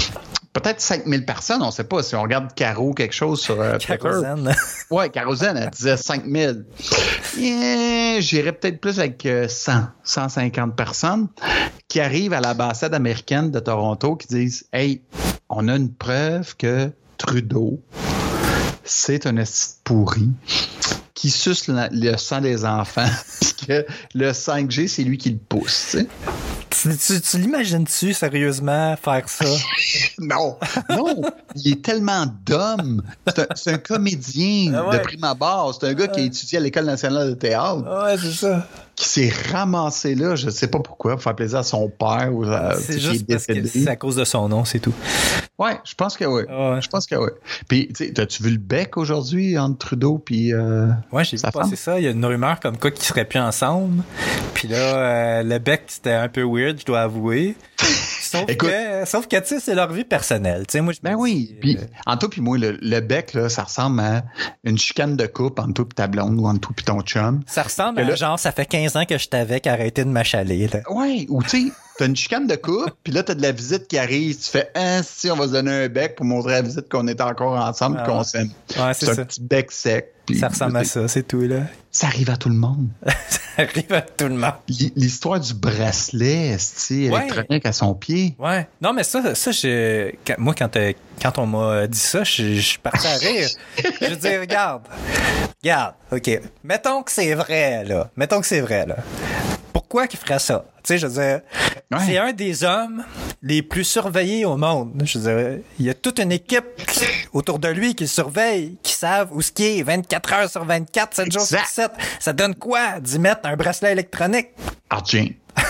peut-être 5000 personnes, on ne sait pas. Si on regarde Caro quelque chose sur Twitter. Oui, Carozène, elle disait 5000. J'irais peut-être plus avec 150 personnes qui arrivent à l'ambassade américaine de Toronto qui disent « Hey, on a une preuve que Trudeau, c'est un esti pourri qui suce le sang des enfants puis que le 5G, c'est lui qui le pousse. » Tu l'imagines-tu sérieusement faire ça? Non, il est tellement d'homme. C'est un comédien de prime abord. C'est un gars qui a étudié à l'École nationale de théâtre. Ouais, c'est ça. Qui s'est ramassé là, je ne sais pas pourquoi, pour faire plaisir à son père. Ou c'est juste parce que c'est à cause de son nom, c'est tout. Ouais, je pense que oui. Je pense que oui. Puis, as-tu vu le bec aujourd'hui entre Trudeau puis ouais, j'ai vu passer ça. Il y a une rumeur comme quoi qu'ils seraient plus ensemble. Puis là, le bec, c'était un peu weird, je dois avouer. Sauf que tu sais, c'est leur vie personnelle. Tu sais, moi, oui. Puis, entre toi puis moi, le bec, là, ça ressemble à une chicane de couple entre toi puis ta blonde ou entre toi puis ton chum. Ça ressemble à genre, ça fait 15 ans que je t'avais qu'arrêter de m'achaler. Oui, ou tu sais, t'as une chicane de couple, puis là, t'as de la visite qui arrive. Tu fais, si on va se donner un bec pour montrer à la visite qu'on est encore ensemble et qu'on s'aime. Ouais, c'est ça. Un petit bec sec. Ça ressemble à ça, c'est tout, là. Ça arrive à tout le monde. Ça arrive à tout le monde. L'histoire du bracelet, électronique à son pied. Ouais. Non, mais ça moi, quand on m'a dit ça, je suis parti à rire. Je veux dire, regarde, OK. Mettons que c'est vrai, là. Pourquoi qu'il ferait ça? Tu sais, je veux dire, c'est un des hommes les plus surveillés au monde. Je veux dire, il y a toute une équipe autour de lui qui le surveille, qui savent où ce qui est 24 heures sur 24, 7 jours sur 7. Ça donne quoi d'y mettre un bracelet électronique? Argent.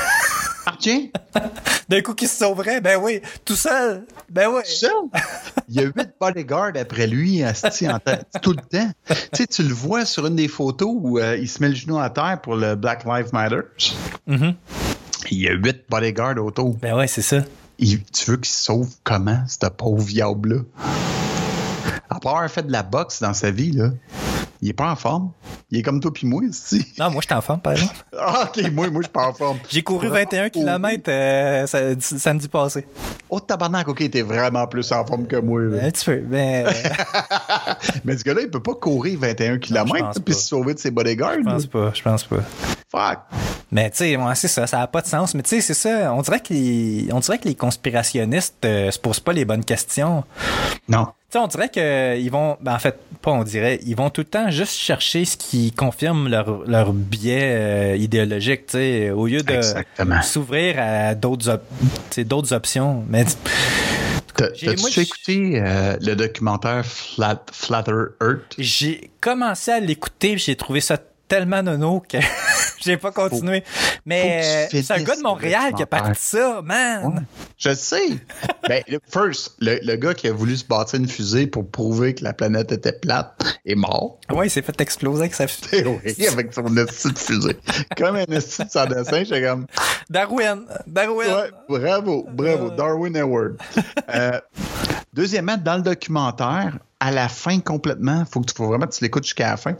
D'un coup, qui se sauverait? Ben oui. Tout seul? Ben oui. Tout seul? Il y a 8 bodyguards après lui, en tête, tout le temps. Tu sais, tu le vois sur une des photos où il se met le genou à terre pour le Black Lives Matter. Mm-hmm. Il y a 8 bodyguards autour. Ben ouais, c'est ça. Tu veux qu'il se sauve comment, ce pauvre diable-là? Après avoir fait de la boxe dans sa vie, là, il est pas en forme. Il est comme toi puis moi, ici. Non, moi, je suis en forme, par exemple. Ah, OK, moi, je suis pas en forme. J'ai couru 21 km samedi passé. Oh, tabarnak, OK, t'es vraiment plus en forme que moi. Là. Un petit peu, mais... Mais ce gars-là, il peut pas courir 21 km puis se sauver de ses bodyguards. Je pense pas. Fuck. Mais tu sais, c'est ça n'a pas de sens. Mais tu sais, c'est ça, on dirait que les conspirationnistes se posent pas les bonnes questions. Non. Tu sais, on dirait qu'ils vont, en fait, pas on dirait, ils vont tout le temps juste chercher ce qui confirme leur biais idéologique, tu sais, au lieu de s'ouvrir à d'autres options. Mais t'as-tu écouté le documentaire Flat Earth? J'ai commencé à l'écouter, j'ai trouvé ça tellement nono que j'ai pas continué. Mais c'est un gars de Montréal qui a parti ça, man. Ouais. Je sais. Ben, le gars qui a voulu se bâtir une fusée pour prouver que la planète était plate est mort. Ouais, il s'est fait exploser avec sa fusée. Oui, avec son esti de fusée. Comme un esti de sans dessin, j'étais comme... Darwin. Ouais, bravo. Darwin Award. Deuxièmement, dans le documentaire, à la fin complètement, faut vraiment que tu l'écoutes jusqu'à la fin.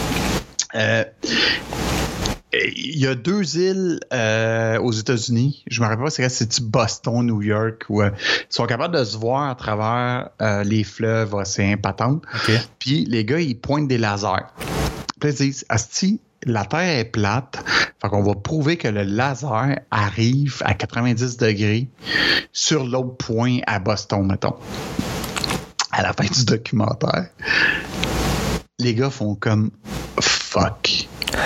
Il y a 2 îles aux États-Unis. Je me rappelle pas si c'est Boston, New York, où ils sont capables de se voir à travers les fleuves, océans, patentes. Okay. Puis les gars, ils pointent des lasers. Puis ils disent, asti, la Terre est plate. Fait qu'on va prouver que le laser arrive à 90 degrés sur l'autre point à Boston, mettons. À la fin du documentaire, les gars font comme fuck.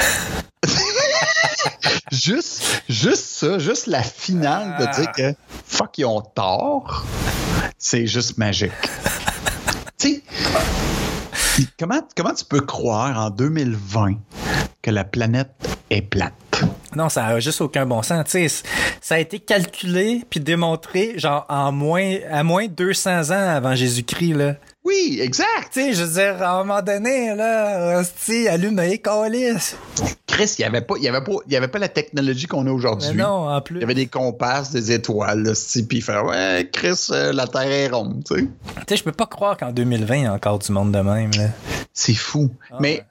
juste la finale de dire que fuck, ils ont tort, c'est juste magique. Tu sais, comment tu peux croire en 2020 que la planète est plate? Non, ça n'a juste aucun bon sens. Tu sais, ça a été calculé puis démontré genre à moins 200 ans avant Jésus-Christ, là. Oui, exact. Tu sais, je veux dire, à un moment donné, là, hostie, allume les câlisses. Chris, il y avait pas la technologie qu'on a aujourd'hui. Mais non, en plus. Il y avait des compasses, des étoiles, là, puis il fait ouais, Chris, la Terre est ronde, tu sais. Tu sais, je peux pas croire qu'en 2020, il y a encore du monde de même, là. C'est fou. Mais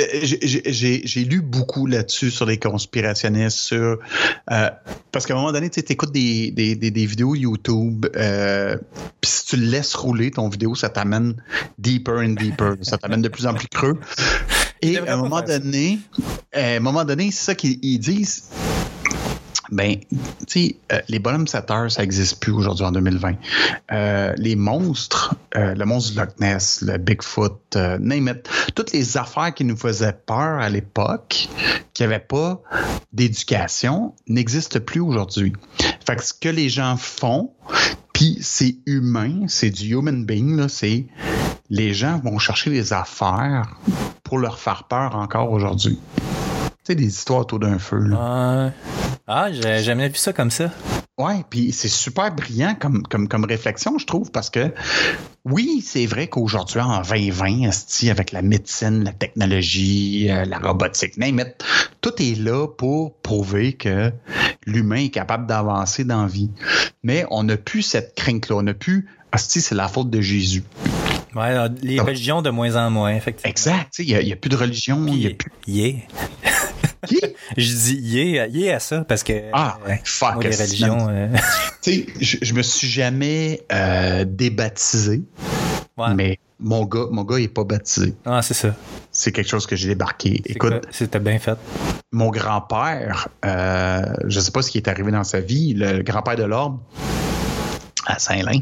j'ai lu beaucoup là-dessus sur les conspirationnistes, parce qu'à un moment donné, tu écoutes des vidéos YouTube, puis si tu le laisses rouler, ton vidéo, ça t'amène deeper and deeper. Ça t'amène de plus en plus creux. Et à un moment donné, c'est ça qu'ils disent. Ben, tu sais, les bonhommes 7 heures, ça n'existe plus aujourd'hui en 2020. Les monstres, le monstre du Loch Ness, le Bigfoot, name it, toutes les affaires qui nous faisaient peur à l'époque, qui n'avaient pas d'éducation, n'existent plus aujourd'hui. Fait que ce que les gens font, puis c'est humain, c'est du human being, là, c'est les gens vont chercher des affaires pour leur faire peur encore aujourd'hui. Tu sais, des histoires autour d'un feu, là. J'ai jamais vu ça comme ça. Ouais, puis c'est super brillant comme réflexion, je trouve, parce que oui, c'est vrai qu'aujourd'hui, en 2020, avec la médecine, la technologie, la robotique, tout est là pour prouver que l'humain est capable d'avancer dans la vie. Mais on n'a plus cette crainte-là. On n'a plus c'est la faute de Jésus. Ouais, les religions de moins en moins, effectivement. Exact. Il n'y a plus de religion. Puis, il y a plus... Qui? Je dis yeah à ça parce que fuck moi, les religions. Tu sais, je me suis jamais débaptisé, mais mon gars il est pas baptisé. Ah, c'est ça. C'est quelque chose que j'ai débarqué. Écoute, c'était bien fait. Mon grand-père, je sais pas ce qui est arrivé dans sa vie, le grand-père de l'ordre à Saint-Lin.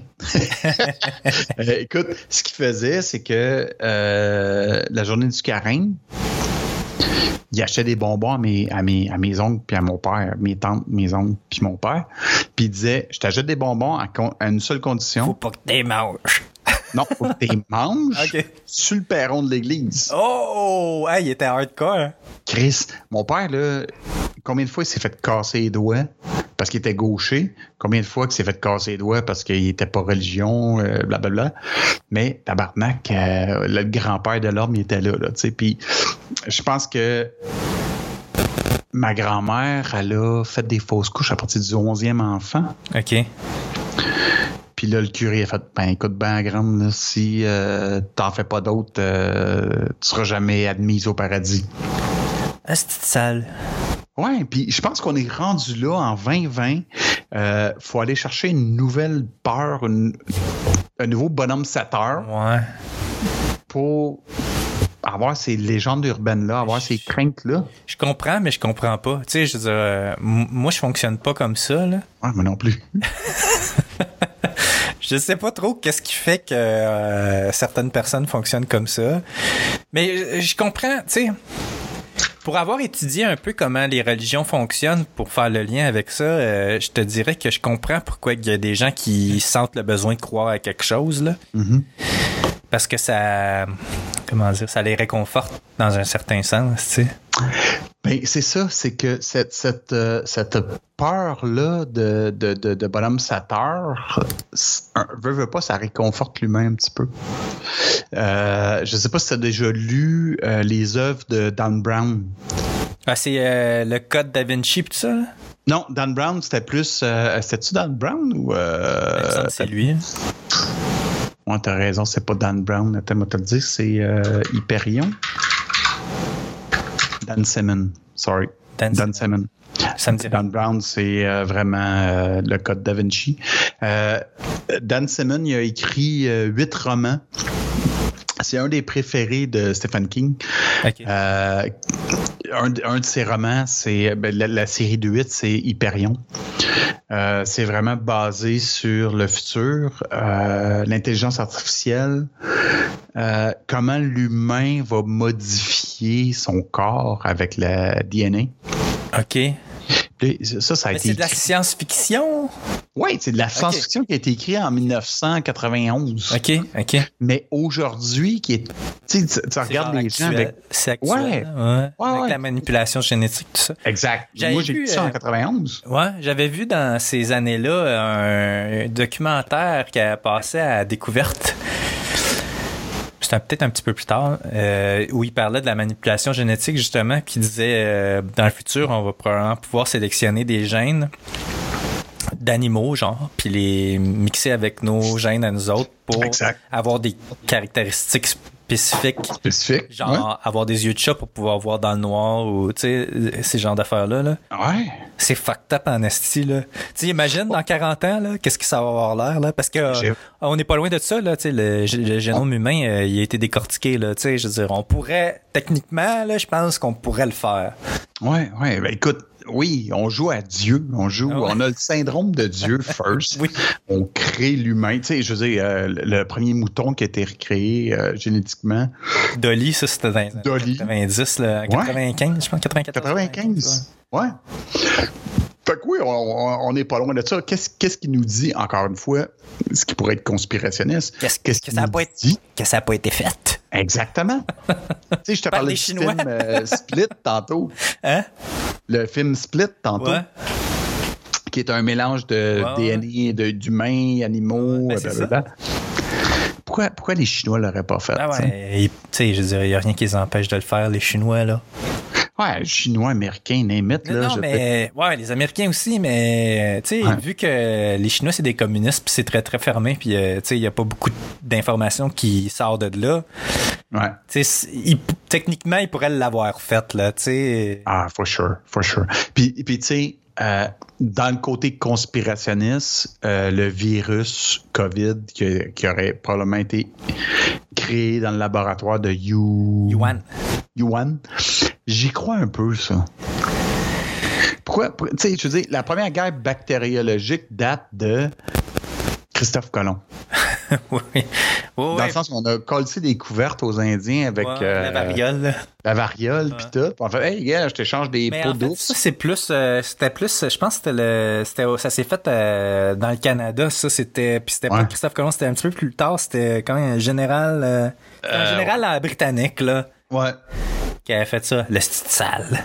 Écoute, ce qu'il faisait, c'est que la journée du carême, il achetait des bonbons à mes oncles puis à mon père, mes tantes, mes oncles puis mon père. Puis il disait, je t'achète des bonbons à une seule condition. Faut pas que t'es manges. Non, faut que t'es manges sur le perron de l'église. Oh! Hey, il était hardcore. Chris, mon père, là, combien de fois il s'est fait casser les doigts parce qu'il était gaucher? Combien de fois qu'il s'est fait casser les doigts parce qu'il était pas religion, blablabla. Mais, tabarnak, le grand-père de l'homme, il était là, tu sais. Puis, je pense que ma grand-mère, elle a fait des fausses couches à partir du 11e enfant. OK. Puis là, le curé a fait, écoute, grande, là, si t'en fais pas d'autres, tu seras jamais admise au paradis. Ah, c'est sale. Ouais, puis je pense qu'on est rendu là en 2020. Faut aller chercher une nouvelle peur, un nouveau bonhomme 7 heures. Ouais. Pour avoir ces légendes urbaines-là, avoir ces craintes-là. Je comprends, mais je comprends pas. Tu sais, je veux dire, moi, je fonctionne pas comme ça, là. Ouais, moi non plus. Je sais pas trop qu'est-ce qui fait que certaines personnes fonctionnent comme ça. Mais je comprends, tu sais, pour avoir étudié un peu comment les religions fonctionnent, pour faire le lien avec ça, je te dirais que je comprends pourquoi il y a des gens qui sentent le besoin de croire à quelque chose, là. Mm-hmm. Parce que ça les réconforte dans un certain sens, tu sais. Ben, c'est ça, c'est que cette peur-là de bonhomme 7 heures, veut pas, ça réconforte l'humain un petit peu. Je sais pas si tu as déjà lu les œuvres de Dan Brown. Ah, c'est le Code Da Vinci pis tout ça, là? Non, Dan Brown, c'était plus... c'était-tu Dan Brown ou... c'est lui. Ouais, t'as raison, c'est pas Dan Brown. Attends, moi te le dire, c'est Hyperion. Dan Simmons, sorry. Dan Simmons. Dan Brown, c'est vraiment le Code Da Vinci. Dan Simmons, il a écrit 8 romans. C'est un des préférés de Stephen King. Okay. Un de ses romans, c'est la série de 8, c'est Hyperion. C'est vraiment basé sur le futur, l'intelligence artificielle, comment l'humain va modifier son corps avec le DNA. OK. Ça a été c'est de la science-fiction? Oui, c'est de la science-fiction qui a été écrite en 1991. OK. Mais aujourd'hui, tu regardes les gens avec... C'est actuel. Avec la manipulation génétique, tout ça. Exact. Moi, j'ai vu ça en 91. Ouais, j'avais vu dans ces années-là un documentaire qui a passé à Découverte c'était peut-être un petit peu plus tard, où il parlait de la manipulation génétique, justement, puis il disait, dans le futur, on va probablement pouvoir sélectionner des gènes d'animaux, genre, puis les mixer avec nos gènes à nous autres pour avoir des caractéristiques spécifiques. Genre, avoir des yeux de chat pour pouvoir voir dans le noir ou, tu sais, ces genres d'affaires-là. Là. Ouais. C'est fucked up en esti, là. Tu sais, imagine dans 40 ans, là, qu'est-ce que ça va avoir l'air, là. Parce que on n'est pas loin de ça, là. Tu sais, le génome humain, il a été décortiqué, là. Tu sais, je veux dire, on pourrait, techniquement, là, je pense qu'on pourrait le faire. Ouais. Ben, écoute, oui, on joue à Dieu. On a le syndrome de Dieu first. Oui. On crée l'humain. Tu sais, je veux dire, le premier mouton qui a été recréé génétiquement. Dolly, ça, c'était dans les années 90, là, 95, je pense, 95. Ouais. Fait que oui, on n'est pas loin de ça. Qu'est-ce qui nous dit, encore une fois, ce qui pourrait être conspirationniste? Qu'est-ce que ça n'a pas été fait? Exactement. Tu sais, je te parlais du film Split tantôt. Hein? Le film Split tantôt. Ouais. Qui est un mélange de DNA, d'humains, animaux, blablabla. Pourquoi les Chinois l'auraient pas fait? Ah ouais, tu sais, je veux dire, il n'y a rien qui les empêche de le faire, les Chinois, là. Ouais, Chinois, Américains, n'importe là. Non, mais les Américains aussi, mais tu sais, vu que les Chinois, c'est des communistes, puis c'est très, très fermé, puis tu sais, il n'y a pas beaucoup d'informations qui sortent de là. Ouais. Tu sais, techniquement, ils pourraient l'avoir fait, là, tu sais. Ah, for sure. Puis tu sais, dans le côté conspirationniste, le virus COVID qui aurait probablement été créé dans le laboratoire de Yuan. J'y crois un peu, ça. Pourquoi? Tu sais, je veux dire, la première guerre bactériologique date de Christophe Colomb. Oui. Dans le sens où on a collé des couvertes aux Indiens avec la variole. La variole, puis tout. On fait, hey, gars, je t'échange des pots d'ours. Ça, c'est plus. C'était plus. Je pense que ça s'est fait dans le Canada, ça. Puis c'était pas Christophe Colomb, c'était un petit peu plus tard. C'était quand même un général. Britannique, là. Ouais. Qui avait fait ça, le style sale.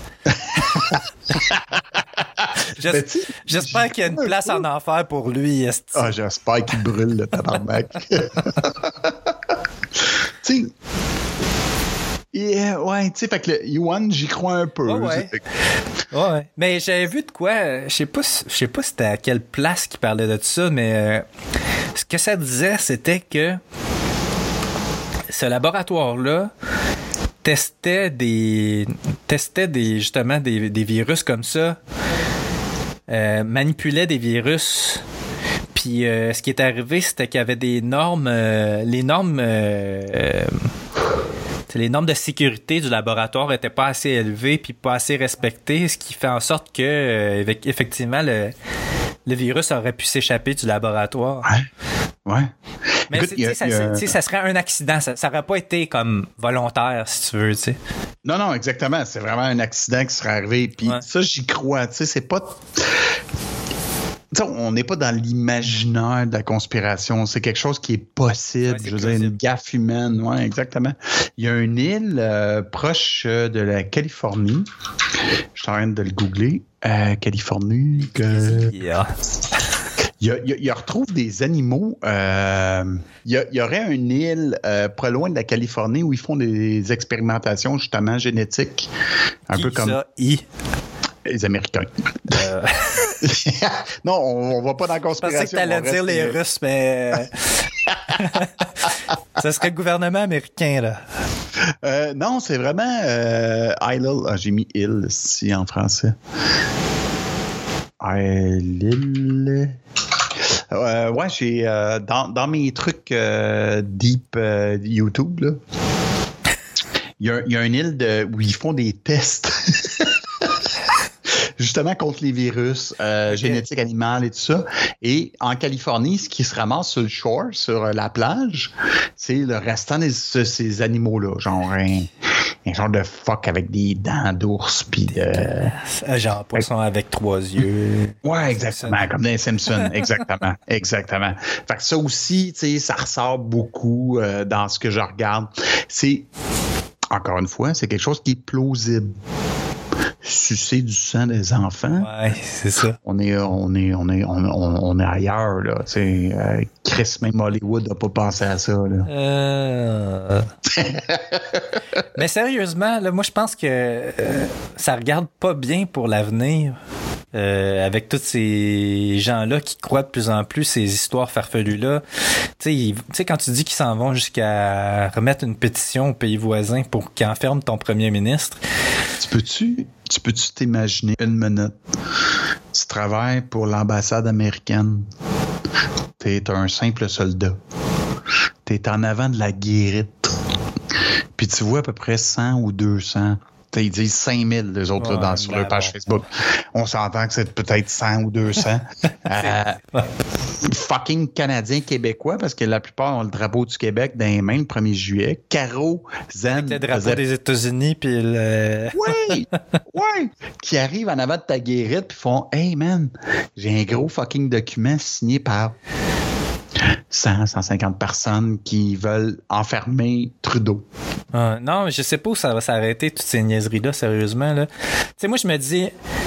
J'espère qu'il y a une place en enfer pour lui. J'espère qu'il brûle le tabarnak. Tu sais, fait que le Yuan, j'y crois un peu. Ouais. Mais j'avais vu de quoi, je sais pas c'était à quelle place qu'il parlait de ça, mais ce que ça disait, c'était que ce laboratoire-là testait justement des virus comme ça, manipulait des virus. Puis ce qui est arrivé, c'était qu'il y avait des normes, les normes de sécurité du laboratoire n'étaient pas assez élevées puis pas assez respectées, ce qui fait en sorte que effectivement le virus aurait pu s'échapper du laboratoire. Ouais. Mais écoute, ça serait un accident. Ça n'aurait pas été comme volontaire, si tu veux, tu sais. Non, exactement. C'est vraiment un accident qui serait arrivé. Puis ça, j'y crois. Tu sais, c'est pas... T'sais, on n'est pas dans l'imaginaire de la conspiration. C'est quelque chose qui est possible. Je veux dire, une gaffe humaine. Oui, exactement. Il y a une île proche de la Californie. Je suis en train de le googler. Californie. Il retrouve des animaux. Il y aurait une île pas loin de la Californie où ils font des expérimentations justement génétiques. Un peu comme ça, les Américains. Non, on va pas dans la conspiration. Je pensais que t'allais dire les Russes, mais ça serait le gouvernement américain, là. Non, c'est vraiment Isle. J'ai mis île ici en français. L'île. J'ai dans mes trucs deep YouTube, là, il y a une île où ils font des tests justement contre les virus génétiques animales et tout ça. Et en Californie, ce qui se ramasse sur le shore, sur la plage, c'est le restant de ces animaux-là, genre un genre de phoque avec des dents d'ours puis de... Genre poisson avec 3 yeux. Ouais, exactement, comme dans les Simpsons. Exactement. Fait que ça aussi, tu sais, ça ressort beaucoup dans ce que je regarde. C'est, encore une fois, c'est quelque chose qui est plausible. sucer du sang des enfants. Ouais, c'est ça. On est ailleurs, là. Tu sais, Chris, même Hollywood n'a pas pensé à ça, là. Mais sérieusement, là, moi, je pense que ça regarde pas bien pour l'avenir. Avec tous ces gens-là qui croient de plus en plus ces histoires farfelues-là. Tu sais, quand tu dis qu'ils s'en vont jusqu'à remettre une pétition au pays voisin pour qu'ils enferment ton premier ministre. Tu peux-tu t'imaginer une minute? Tu travailles pour l'ambassade américaine. T'es un simple soldat. T'es en avant de la guérite. Puis tu vois à peu près 100 ou 200. Ils disent 5000, les autres, là, sur leur page Facebook. On s'entend que c'est peut-être 100 ou 200. Fucking Canadiens, Québécois, parce que la plupart ont le drapeau du Québec dans les mains le 1er juillet. Caro, Zen. Avec le drapeau des États-Unis, puis le... Oui! Oui! Qui arrivent en avant de ta guérite, puis font « Hey, man, j'ai un gros fucking document signé par 150 personnes qui veulent enfermer Trudeau. » Non, je sais pas où ça va s'arrêter, toutes ces niaiseries-là, sérieusement. Tu sais, moi, je me dis,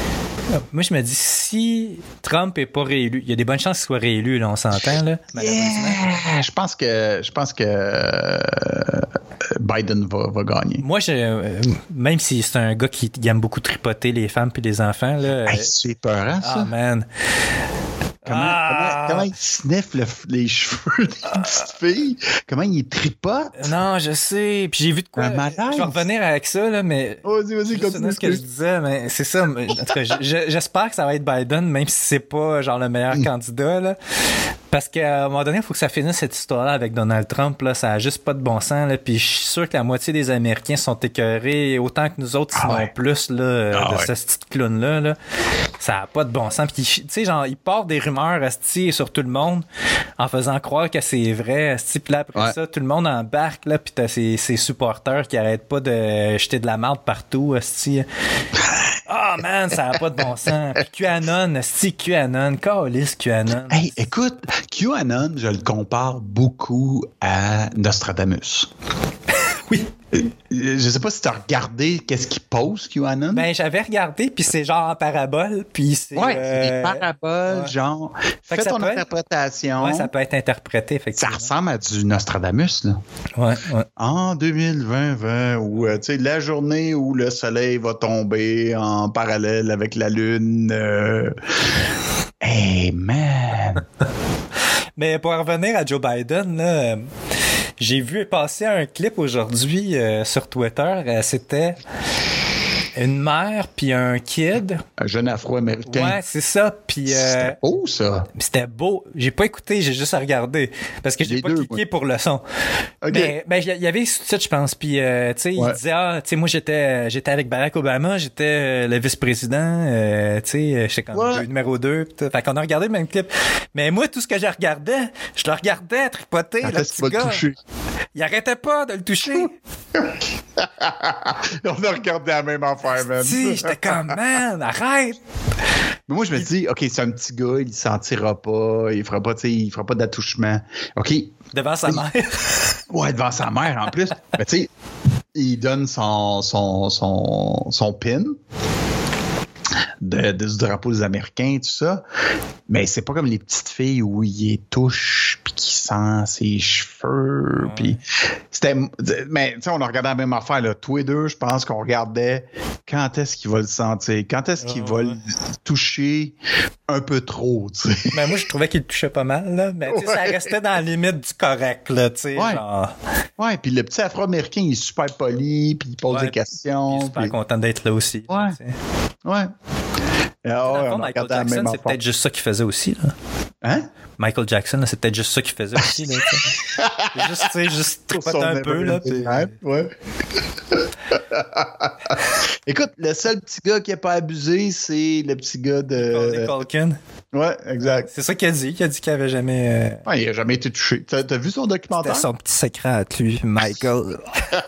si Trump est pas réélu, il y a des bonnes chances qu'il soit réélu, là, on s'entend, là, malheureusement. Yeah! Je pense que Biden va gagner. Moi, même si c'est un gars qui aime beaucoup tripoter les femmes puis les enfants, là. Hey, c'est peurant, ça. Ah, man. Comment il sniffe les cheveux des petites filles? Comment il tripote? Non, je sais. Puis j'ai vu de quoi. Je vais revenir avec ça, là, mais. Vas-y, continue. Ce que je disais, mais c'est ça. En tout cas, j'espère que ça va être Biden, même si c'est pas genre le meilleur candidat, là. Parce qu'à un moment donné, il faut que ça finisse cette histoire-là avec Donald Trump. Là, ça n'a juste pas de bon sens. Là. Puis je suis sûr que la moitié des Américains sont écœurés, autant que nous autres, sinon plus là, de ce petit clown-là. Là. Ça n'a pas de bon sens. Puis tu sais, genre, il part des rumeurs sur tout le monde en faisant croire que c'est vrai. Puis là, après ça, tout le monde embarque. Là, puis t'as ces supporters qui arrêtent pas de jeter de la marde partout. Ah, man, ça n'a pas de bon sens. Puis QAnon, câlisse QAnon. Hey, écoute, QAnon, je le compare beaucoup à Nostradamus. Oui. Je sais pas si tu as regardé qu'est-ce qu'il pose, QAnon. Ben, j'avais regardé, puis c'est genre en parabole, puis c'est... Ouais, c'est des paraboles, genre... Fais ton interprétation. Ouais, ça peut être interprété, effectivement. Ça ressemble à du Nostradamus, là. Ouais. En 2020, ou, tu sais, la journée où le soleil va tomber en parallèle avec la lune... Hey, man! Mais pour revenir à Joe Biden, là... J'ai vu passer un clip aujourd'hui sur Twitter. C'était une mère puis un kid. Un jeune Afro-Américain. Ouais, c'est ça. Puis c'était beau, ça. C'était beau. J'ai pas écouté, j'ai juste regardé. Parce que j'ai pas cliqué pour le son. Okay. Mais il y avait des sous-titres, je pense. Puis, tu sais, il disait, tu sais, moi, j'étais avec Barack Obama, j'étais le vice-président. Tu sais, j'étais comme le numéro 2. Fait qu'on a regardé le même clip. Mais moi, tout ce que je le regardais tripoter. Le petit gars. Il arrêtait pas de le toucher. On a regardé la même affaire, man. Si, j'étais comme, man, arrête! Mais moi, je me dis, OK, c'est un petit gars, il sentira pas, il fera pas d'attouchement. OK. Devant sa mère. Ouais, devant sa mère, en plus. Mais tu sais, il donne son pin du drapeau des Américains, tout ça. Mais c'est pas comme les petites filles où il les touche puis qui sent ses cheveux. Puis c'était... Mais tu sais, on a regardé la même affaire, là. Tous les deux, je pense qu'on regardait quand est-ce qu'il va le sentir, quand est-ce qu'il va le toucher un peu trop, tu sais. Mais moi, je trouvais qu'il le touchait pas mal, là. Mais tu sais, ça restait dans la limite du correct, là, tu sais. Genre... Ouais, puis le petit Afro-Américain, il est super poli, puis il pose des questions. Il est super content d'être là aussi. Ouais. Ouais. Michael Jackson, c'est peut-être juste ça qu'il faisait aussi, là. Hein? Michael Jackson, c'est peut-être juste ça qu'il faisait aussi, là. juste tripoter un peu, là. Puis... Ouais. Écoute, le seul petit gars qui n'a pas abusé, c'est le petit gars de... Culkin. Ouais, exact. C'est ça qu'il a dit. Il a dit qu'il n'avait jamais... Ouais, il n'a jamais été touché. T'as vu son documentaire? C'était son petit secret à lui, Michael.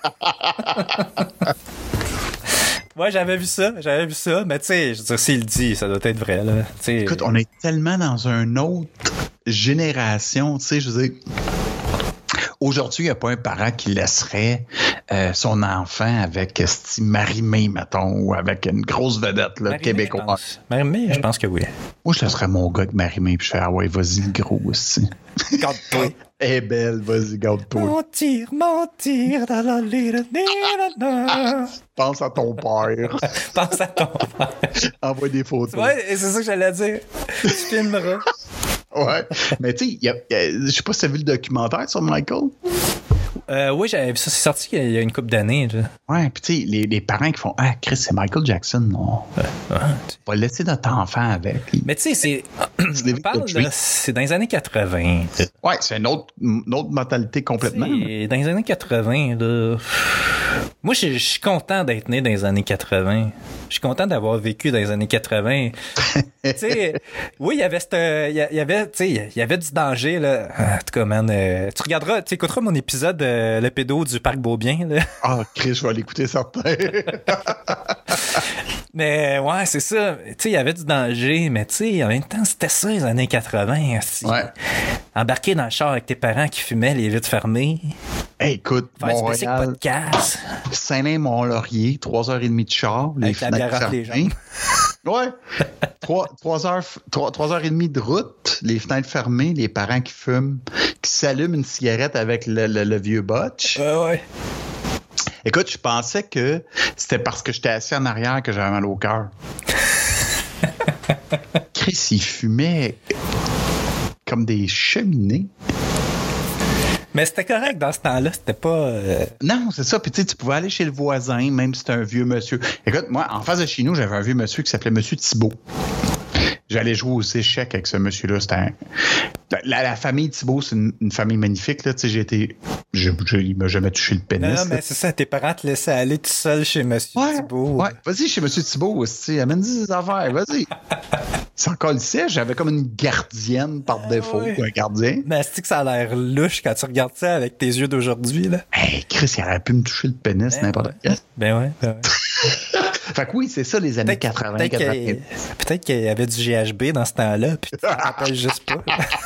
Ouais, j'avais vu ça, mais tu sais, je veux dire, s'il le dit, ça doit être vrai, là. T'sais... Écoute, on est tellement dans une autre génération, tu sais, je veux dire... Aujourd'hui, il n'y a pas un parent qui laisserait son enfant avec Marie-Mé, mettons, ou avec une grosse vedette là, québécoise. Marie-Mé, je pense que oui. Moi, je serais mon gars avec Marie-Mé, puis je fais, ah ouais, vas-y, le gros aussi. Garde-toi. Elle est belle, vas-y, garde-toi. Mentir, dans la little. Pense à ton père. Pense à ton père. Envoie des photos. Ouais, c'est ça que j'allais dire. Tu filmeras. Ouais. Mais tu sais, je sais pas si tu as vu le documentaire sur Michael. Oui, j'avais vu ça. C'est sorti il y a une couple d'années. Ouais, puis tu sais, les parents qui font « Ah, Chris, c'est Michael Jackson, non? On va laisser notre enfant avec. » Mais tu sais, c'est dans les années 80. Ouais, c'est une autre mentalité complètement. Dans les années 80, là... Moi, je suis content d'être né dans les années 80. Je suis content d'avoir vécu dans les années 80. Tu sais, oui, il y avait du danger, là. En tout cas, man, tu écouteras mon épisode Le pédo du Parc Beaubien, là. Ah, Chris, je vais l'écouter certain. Mais ouais, c'est ça. Tu sais, il y avait du danger, mais tu sais, en même temps, c'était ça, les années 80. Ouais. Embarquer dans le char avec tes parents qui fumaient les vitres fermées. Hey, écoute, faire Montréal, du podcast. Saint-Lin-Mont-Laurier, 3h30 de char, les fenêtres fermées. Ouais. 3h30 de route, les fenêtres fermées, les parents qui fument, qui s'allument une cigarette avec le vieux botch. Ouais. Écoute, je pensais que c'était parce que j'étais assis en arrière que j'avais mal au cœur. Chris, il fumait comme des cheminées. Mais c'était correct dans ce temps-là, c'était pas... Non, c'est ça. Puis tu sais, tu pouvais aller chez le voisin, même si c'était un vieux monsieur. Écoute, moi, en face de chez nous, j'avais un vieux monsieur qui s'appelait Monsieur Thibault. J'allais jouer aux échecs avec ce monsieur-là. C'était la famille Thibault, c'est une famille magnifique. Là. Tu sais, il m'a jamais touché le pénis. Non, mais c'est ça, tes parents te laissaient aller tout seul chez Monsieur Thibault. Ouais, vas-y chez Monsieur Thibault aussi. Amène des affaires, vas-y. C'est encore le siège. J'avais comme une gardienne par défaut, ou un gardien. Mais c'est que ça a l'air louche quand tu regardes ça avec tes yeux d'aujourd'hui, là. Hey, Chris, il aurait pu me toucher le pénis n'importe quand. Ben ouais. Fait que oui, c'est ça, les années 80. Peut-être qu'il y avait du GHB dans ce temps-là, puis tu te rappelles juste pas.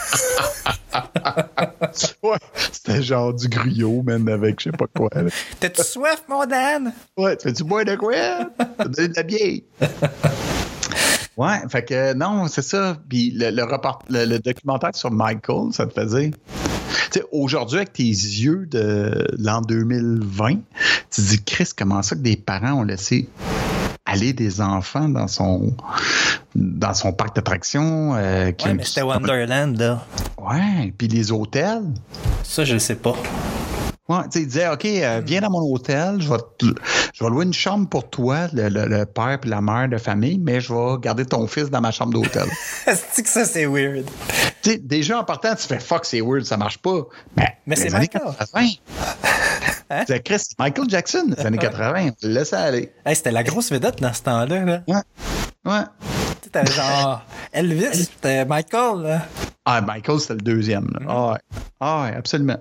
Ouais, c'était genre du gruyot, même avec je sais pas quoi. T'as-tu soif, mon Dan? Ouais, tu fais-tu boire de quoi? T'as donné de la bière. Ouais, fait que non, c'est ça. Puis le documentaire sur Michael, ça te faisait. Tu sais, aujourd'hui, avec tes yeux de l'an 2020, tu te dis, Chris, comment ça que des parents ont laissé aller des enfants dans son parc d'attractions? Ouais, mais c'était Wonderland, là. Ouais, puis les hôtels. Ça, je le sais pas. Ouais, tu sais, il disait, OK, viens dans mon hôtel, je vais louer une chambre pour toi, le père et la mère de famille, mais je vais garder ton fils dans ma chambre d'hôtel. C'est que ça, c'est weird. Tu sais, déjà en partant, tu fais fuck, c'est weird, ça marche pas. Mais c'est Michael. 80. Hein? C'est Chris, Michael Jackson, les années 80, laisse aller. Hey, c'était la grosse vedette dans ce temps-là. Là. Ouais. Tu sais, genre Elvis, c'était Michael. Là. Ah, Michael, c'était le deuxième. Là. Ah ouais, absolument.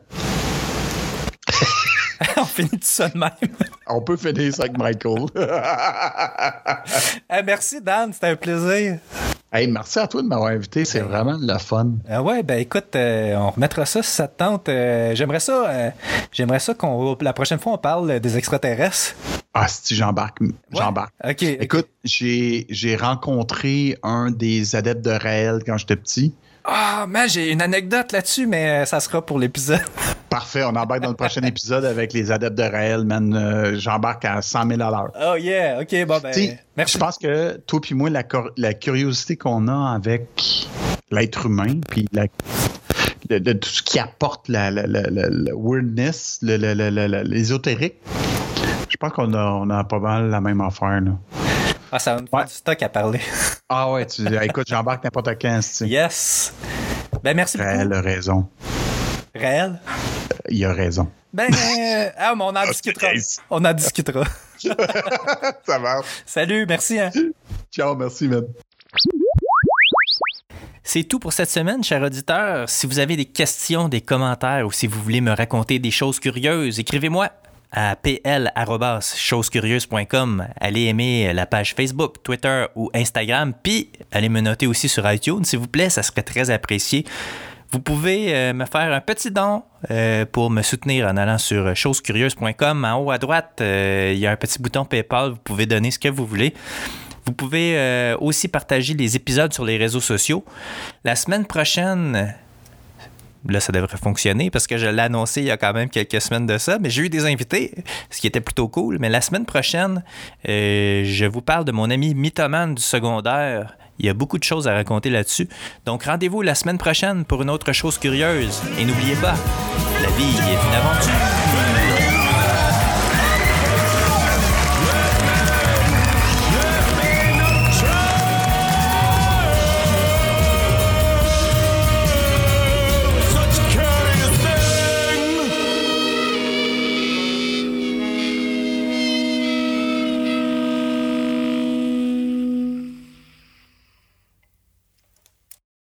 On finit tout ça de même. On peut finir ça avec Michael. Merci, Dan, c'était un plaisir. Hey, merci à toi de m'avoir invité, c'est vraiment de la fun. Ouais, ben écoute, on remettra ça si ça te tente. J'aimerais ça qu'on la prochaine fois on parle des extraterrestres. Ah, si j'embarque. OK. Écoute, j'ai rencontré un des adeptes de Raël quand j'étais petit. Ah, man, j'ai une anecdote là-dessus, mais ça sera pour l'épisode. Parfait, on embarque dans le prochain épisode avec les adeptes de Raël, man. J'embarque à 100 000 à l'heure. Oh yeah, OK, bon ben, merci. Je pense que toi puis moi, la curiosité qu'on a avec l'être humain, puis tout ce qui apporte le weirdness, l'ésotérique, je pense qu'on a pas mal la même affaire, là. Ah, ça va me faire du stock à parler. Ah ouais, écoute, j'embarque n'importe quand. Yes. Ben, merci beaucoup. Raël a raison. Raël? Il a raison. Ben, mais on en discutera. On en discutera. Ça marche. Salut, merci. Hein. Ciao, merci, man. C'est tout pour cette semaine, chers auditeurs. Si vous avez des questions, des commentaires ou si vous voulez me raconter des choses curieuses, écrivez-moi à pl@chosescurieuses.com. Allez aimer la page Facebook, Twitter ou Instagram, puis allez me noter aussi sur iTunes, s'il vous plaît, ça serait très apprécié. Vous pouvez me faire un petit don pour me soutenir en allant sur chosescurieuses.com. En haut à droite, il y a un petit bouton PayPal. Vous pouvez donner ce que vous voulez. Vous pouvez aussi partager les épisodes sur les réseaux sociaux. La semaine prochaine... Là, ça devrait fonctionner parce que je l'ai annoncé il y a quand même quelques semaines de ça, mais j'ai eu des invités, ce qui était plutôt cool. Mais la semaine prochaine, je vous parle de mon ami mythomane du secondaire. Il y a beaucoup de choses à raconter là-dessus. Donc, rendez-vous la semaine prochaine pour une autre chose curieuse. Et n'oubliez pas, la vie est une aventure.